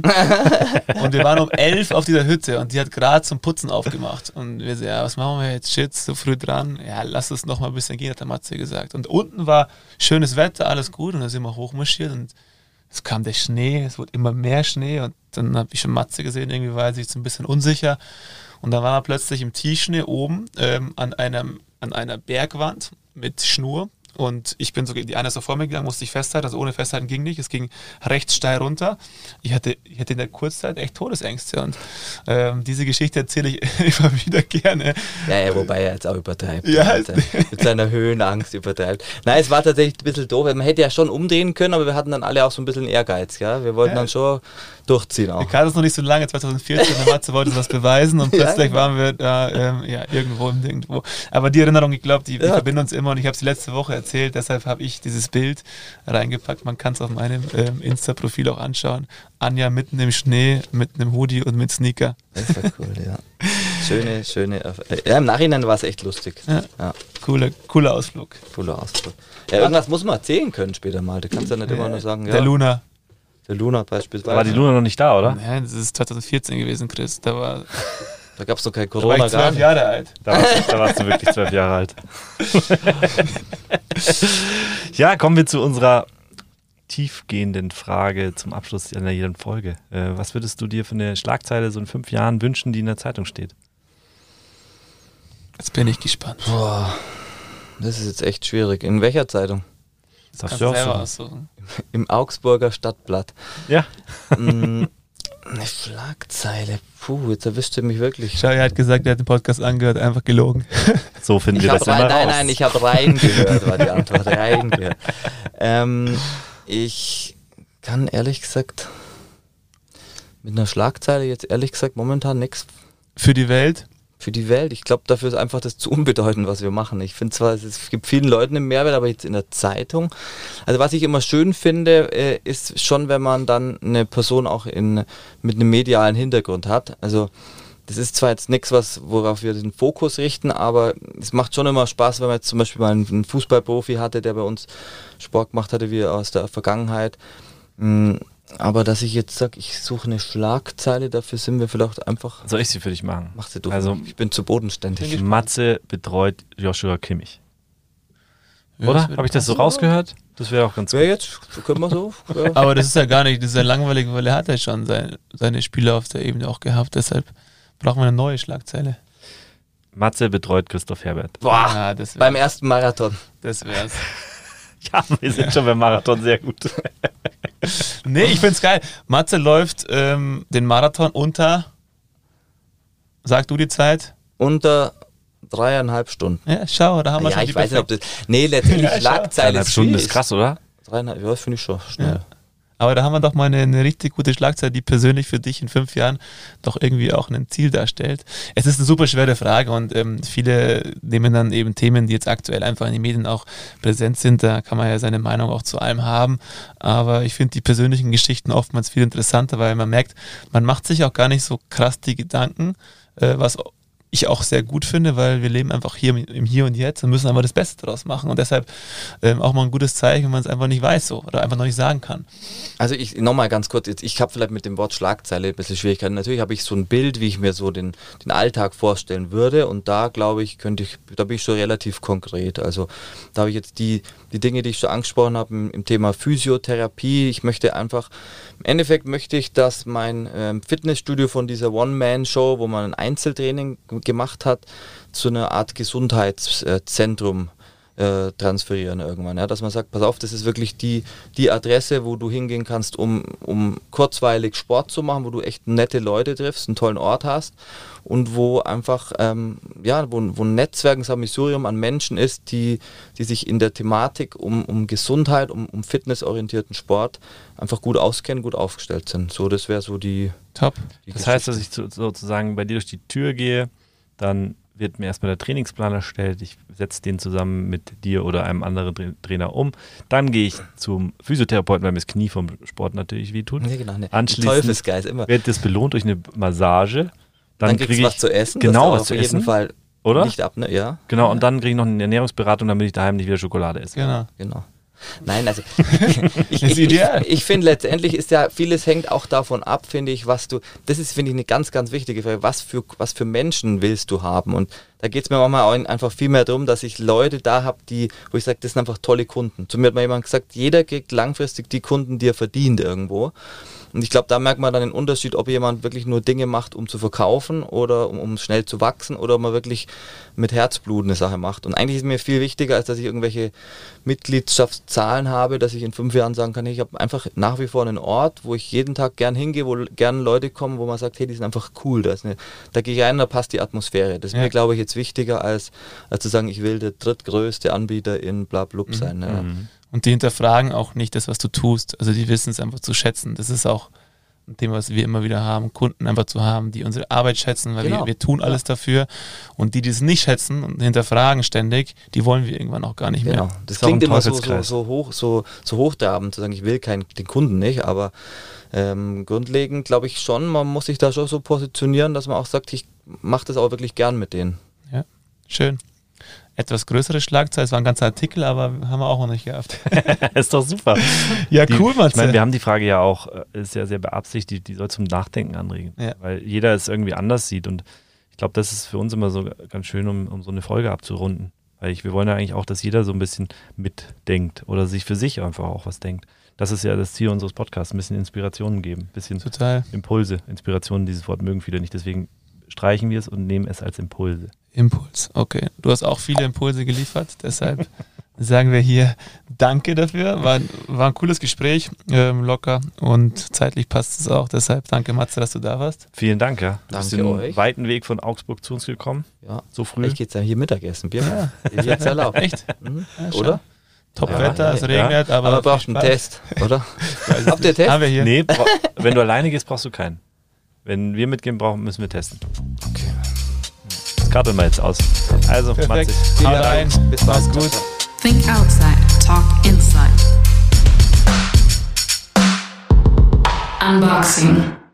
Und wir waren um elf auf dieser Hütte und die hat gerade zum Putzen aufgemacht. Und wir so, ja, was machen wir jetzt? Shit, so früh dran. Ja, lass es noch mal ein bisschen gehen, hat der Matze gesagt. Und unten war schönes Wetter, alles gut. Und dann sind wir hochmarschiert und es kam der Schnee, es wurde immer mehr Schnee. Und dann habe ich schon Matze gesehen, irgendwie war er sich so ein bisschen unsicher. Und dann war er plötzlich im Tiefschnee oben ähm, an, einem, an einer Bergwand mit Schnur. Und ich bin so, die eine ist so vor mir gegangen, musste ich festhalten, also ohne Festhalten ging nicht, es ging rechts steil runter. Ich hatte, ich hatte in der Kurzzeit echt Todesängste und ähm, diese Geschichte erzähle ich immer wieder gerne. Ja, ja, wobei er jetzt auch übertreibt. Ja, mit, seiner, mit seiner Höhenangst übertreibt. Nein, es war tatsächlich ein bisschen doof, man hätte ja schon umdrehen können, aber wir hatten dann alle auch so ein bisschen Ehrgeiz, ja? Wir wollten ja. dann schon durchziehen auch. Ich kannte es noch nicht so lange, zwanzig vierzehn, der Matze wollte was beweisen und plötzlich ja, waren wir da ähm, ja, irgendwo im Nirgendwo. Aber die Erinnerung, ich glaube, die, die ja. verbinden uns immer und ich habe sie letzte Woche erzählt, deshalb habe ich dieses Bild reingepackt. Man kann es auf meinem ähm, Insta-Profil auch anschauen. Anja mitten im Schnee, mit einem Hoodie und mit Sneaker. Das war cool, ja. Schöne, schöne, ja, im Nachhinein war es echt lustig. Ja. Ja. Cooler, cooler Ausflug. Cooler Ausflug. Ja, irgendwas muss man erzählen können später mal. Du kannst ja nicht ja, immer nur sagen, der ja. Luna. Der Luna beispielsweise. War die Luna noch nicht da, oder? Nein, das ist zwanzig vierzehn gewesen, Chris. Da war... Da gab es noch kein Corona. Da war ich zwölf Jahre alt. Da warst, da warst du wirklich zwölf Jahre alt. Ja, kommen wir zu unserer tiefgehenden Frage zum Abschluss einer jeden Folge. Äh, was würdest du dir für eine Schlagzeile so in fünf Jahren wünschen, die in der Zeitung steht? Jetzt bin ich gespannt. Boah, das ist jetzt echt schwierig. In welcher Zeitung? Das darfst du auch selber aussuchen. Im Augsburger Stadtblatt. Ja. Eine Schlagzeile. Puh, jetzt erwischt ihr mich wirklich. Schau, er hat gesagt, er hat den Podcast angehört, einfach gelogen. So finden ich wir das rein, immer Nein, raus. nein, ich habe reingehört, war die Antwort. Reingehört. Ähm, ich kann ehrlich gesagt mit einer Schlagzeile jetzt ehrlich gesagt momentan nichts. Für die Welt? Für die Welt. Ich glaube, dafür ist einfach das zu unbedeutend, was wir machen. Ich finde zwar, es gibt vielen Leuten einen Mehrwert, aber jetzt in der Zeitung. Also was ich immer schön finde, äh, ist schon, wenn man dann eine Person auch in, mit einem medialen Hintergrund hat. Also das ist zwar jetzt nichts, was, worauf wir den Fokus richten, aber es macht schon immer Spaß, wenn man jetzt zum Beispiel mal einen Fußballprofi hatte, der bei uns Sport gemacht hatte, wie aus der Vergangenheit. Aber dass ich jetzt sage, ich suche eine Schlagzeile, dafür sind wir vielleicht einfach... Soll ich sie für dich machen? Mach sie du. Also, ich bin zu bodenständig. Matze betreut Joshua Kimmich. Ja, oder? Habe ich das so rausgehört? Das wäre auch ganz gut. Ja, jetzt können wir so. Ja. Aber das ist ja gar nicht, das ist ja langweilig, weil er hat ja schon seine, seine Spieler auf der Ebene auch gehabt, deshalb brauchen wir eine neue Schlagzeile. Matze betreut Christoph Herbert. Boah, ja, das beim ersten Marathon. Das wär's. Ja, wir sind ja. schon beim Marathon sehr gut. Nee, ich find's geil. Matze läuft ähm, den Marathon unter, sag du die Zeit? Unter dreieinhalb Stunden. Ja, schau, da haben wir ja, schon ich die weiß nicht, ob das... Nee, letztendlich ja, Schlagzeile dreieinhalb Stunden ist krass, oder? Dreieinhalb, ja, das finde ich schon schnell. Ja. Aber da haben wir doch mal eine, eine richtig gute Schlagzeile, die persönlich für dich in fünf Jahren doch irgendwie auch ein Ziel darstellt. Es ist eine super schwere Frage und ähm, viele nehmen dann eben Themen, die jetzt aktuell einfach in den Medien auch präsent sind. Da kann man ja seine Meinung auch zu allem haben. Aber ich finde die persönlichen Geschichten oftmals viel interessanter, weil man merkt, man macht sich auch gar nicht so krass die Gedanken, äh, was ich auch sehr gut finde, weil wir leben einfach hier im Hier und Jetzt und müssen einfach das Beste daraus machen und deshalb ähm, auch mal ein gutes Zeichen, wenn man es einfach nicht weiß so oder einfach noch nicht sagen kann. Also ich nochmal ganz kurz, jetzt, ich habe vielleicht mit dem Wort Schlagzeile ein bisschen Schwierigkeiten. Natürlich habe ich so ein Bild, wie ich mir so den, den Alltag vorstellen würde und da glaube ich, könnte ich, da bin ich schon relativ konkret. Also da habe ich jetzt die, die Dinge, die ich schon angesprochen habe im, im Thema Physiotherapie. Ich möchte einfach, im Endeffekt möchte ich, dass mein ähm, Fitnessstudio von dieser One-Man-Show, wo man ein Einzeltraining g- gemacht hat, zu einer Art Gesundheitszentrum äh, transferieren irgendwann. Ja? Dass man sagt, pass auf, das ist wirklich die, die Adresse, wo du hingehen kannst, um, um kurzweilig Sport zu machen, wo du echt nette Leute triffst, einen tollen Ort hast und wo einfach ähm, ja, wo, wo ein Netzwerk, ein Sammelsurium an Menschen ist, die, die sich in der Thematik um, um Gesundheit, um, um fitnessorientierten Sport einfach gut auskennen, gut aufgestellt sind. So, das wäre so die... Top. die Das heißt, dass ich so, sozusagen bei dir durch die Tür gehe, dann wird mir erstmal der Trainingsplan erstellt, ich setze den zusammen mit dir oder einem anderen Tra- Trainer um, dann gehe ich zum Physiotherapeuten, weil mir das Knie vom Sport natürlich wehtut. Nee, genau, ne. Anschließend Teufelsgeist immer. wird das belohnt durch eine Massage. Dann, Dann kriegst kriege du ich was zu essen, genau das was zu auf jeden essen, Fall oder? nicht ab, ne? Ja. Genau, und dann kriege ich noch eine Ernährungsberatung, damit ich daheim nicht wieder Schokolade esse. Genau. Genau. Nein, also ich, Das ist ich, ideal. ich, ich finde letztendlich ist ja, vieles hängt auch davon ab, finde ich, was du, das ist, finde ich, eine ganz, ganz wichtige Frage, was für, was für Menschen willst du haben? Und da geht es mir manchmal auch einfach viel mehr darum, dass ich Leute da habe, die, wo ich sage, das sind einfach tolle Kunden. Zu mir hat mal jemand gesagt, jeder kriegt langfristig die Kunden, die er verdient irgendwo. Und ich glaube, da merkt man dann den Unterschied, ob jemand wirklich nur Dinge macht, um zu verkaufen oder um, um schnell zu wachsen oder ob man wirklich mit Herzblut eine Sache macht. Und eigentlich ist mir viel wichtiger, als dass ich irgendwelche Mitgliedschaftszahlen habe, dass ich in fünf Jahren sagen kann, ich habe einfach nach wie vor einen Ort, wo ich jeden Tag gern hingehe, wo gern Leute kommen, wo man sagt, hey, die sind einfach cool. Da, ist eine, da gehe ich rein, da passt die Atmosphäre. Das ist Ja. mir, glaube ich, jetzt wichtiger, als, als zu sagen, ich will der drittgrößte Anbieter in Blablub sein. Ja. Mhm. Und die hinterfragen auch nicht das, was du tust. Also die wissen es einfach zu schätzen. Das ist auch ein Thema, was wir immer wieder haben, Kunden einfach zu haben, die unsere Arbeit schätzen, weil Genau. wir, wir tun alles dafür. Und die, die es nicht schätzen und hinterfragen ständig, die wollen wir irgendwann auch gar nicht Genau. mehr. Das Ist auch klingt ein immer so, so, Teufelskreis. so hoch, so, so hochtrabend zu sagen, ich will keinen, den Kunden nicht, aber ähm, grundlegend glaube ich schon, man muss sich da schon so positionieren, dass man auch sagt, ich mache das auch wirklich gern mit denen. Ja, schön. Etwas größere Schlagzeile, es war ein ganzer Artikel, aber haben wir auch noch nicht gehabt. Ist doch super. Ja, Die, cool, Matze. Ich meine, wir haben die Frage ja auch, äh, ist ja sehr beabsichtigt, die, die soll zum Nachdenken anregen, Ja. weil jeder es irgendwie anders sieht und ich glaube, das ist für uns immer so ganz schön, um, um so eine Folge abzurunden, weil ich, wir wollen ja eigentlich auch, dass jeder so ein bisschen mitdenkt oder sich für sich einfach auch was denkt. Das ist ja das Ziel unseres Podcasts, ein bisschen Inspirationen geben, ein bisschen Total. Impulse. Inspirationen, dieses Wort mögen viele nicht, deswegen streichen wir es und nehmen es als Impulse. Impuls, okay. Du hast auch viele Impulse geliefert, deshalb sagen wir hier Danke dafür. War, war ein cooles Gespräch, ähm, locker und zeitlich passt es auch. Deshalb danke, Matze, dass du da warst. Vielen Dank, ja. Du bist Danke den euch. weiten Weg von Augsburg zu uns gekommen, Ja. so früh. Ich gehe jetzt ja hier Mittagessen, Bier. Ist jetzt erlaubt. Echt? Mhm. Ja, schau. Oder? Top-Wetter, Ja, es ja. regnet, aber. Aber man braucht viel einen Spaß. Test, oder? Weiß ich Habt ihr nicht. Test? Haben wir hier. Nee, bra- wenn du alleine gehst, brauchst du keinen. Wenn wir mitgehen brauchen, müssen wir testen. Okay. Das karteln wir jetzt aus. Also, Perfekt. Matze. Haut Vielen rein. Dank. Bis bald. Mach's gut. Think outside, talk inside. Unboxing.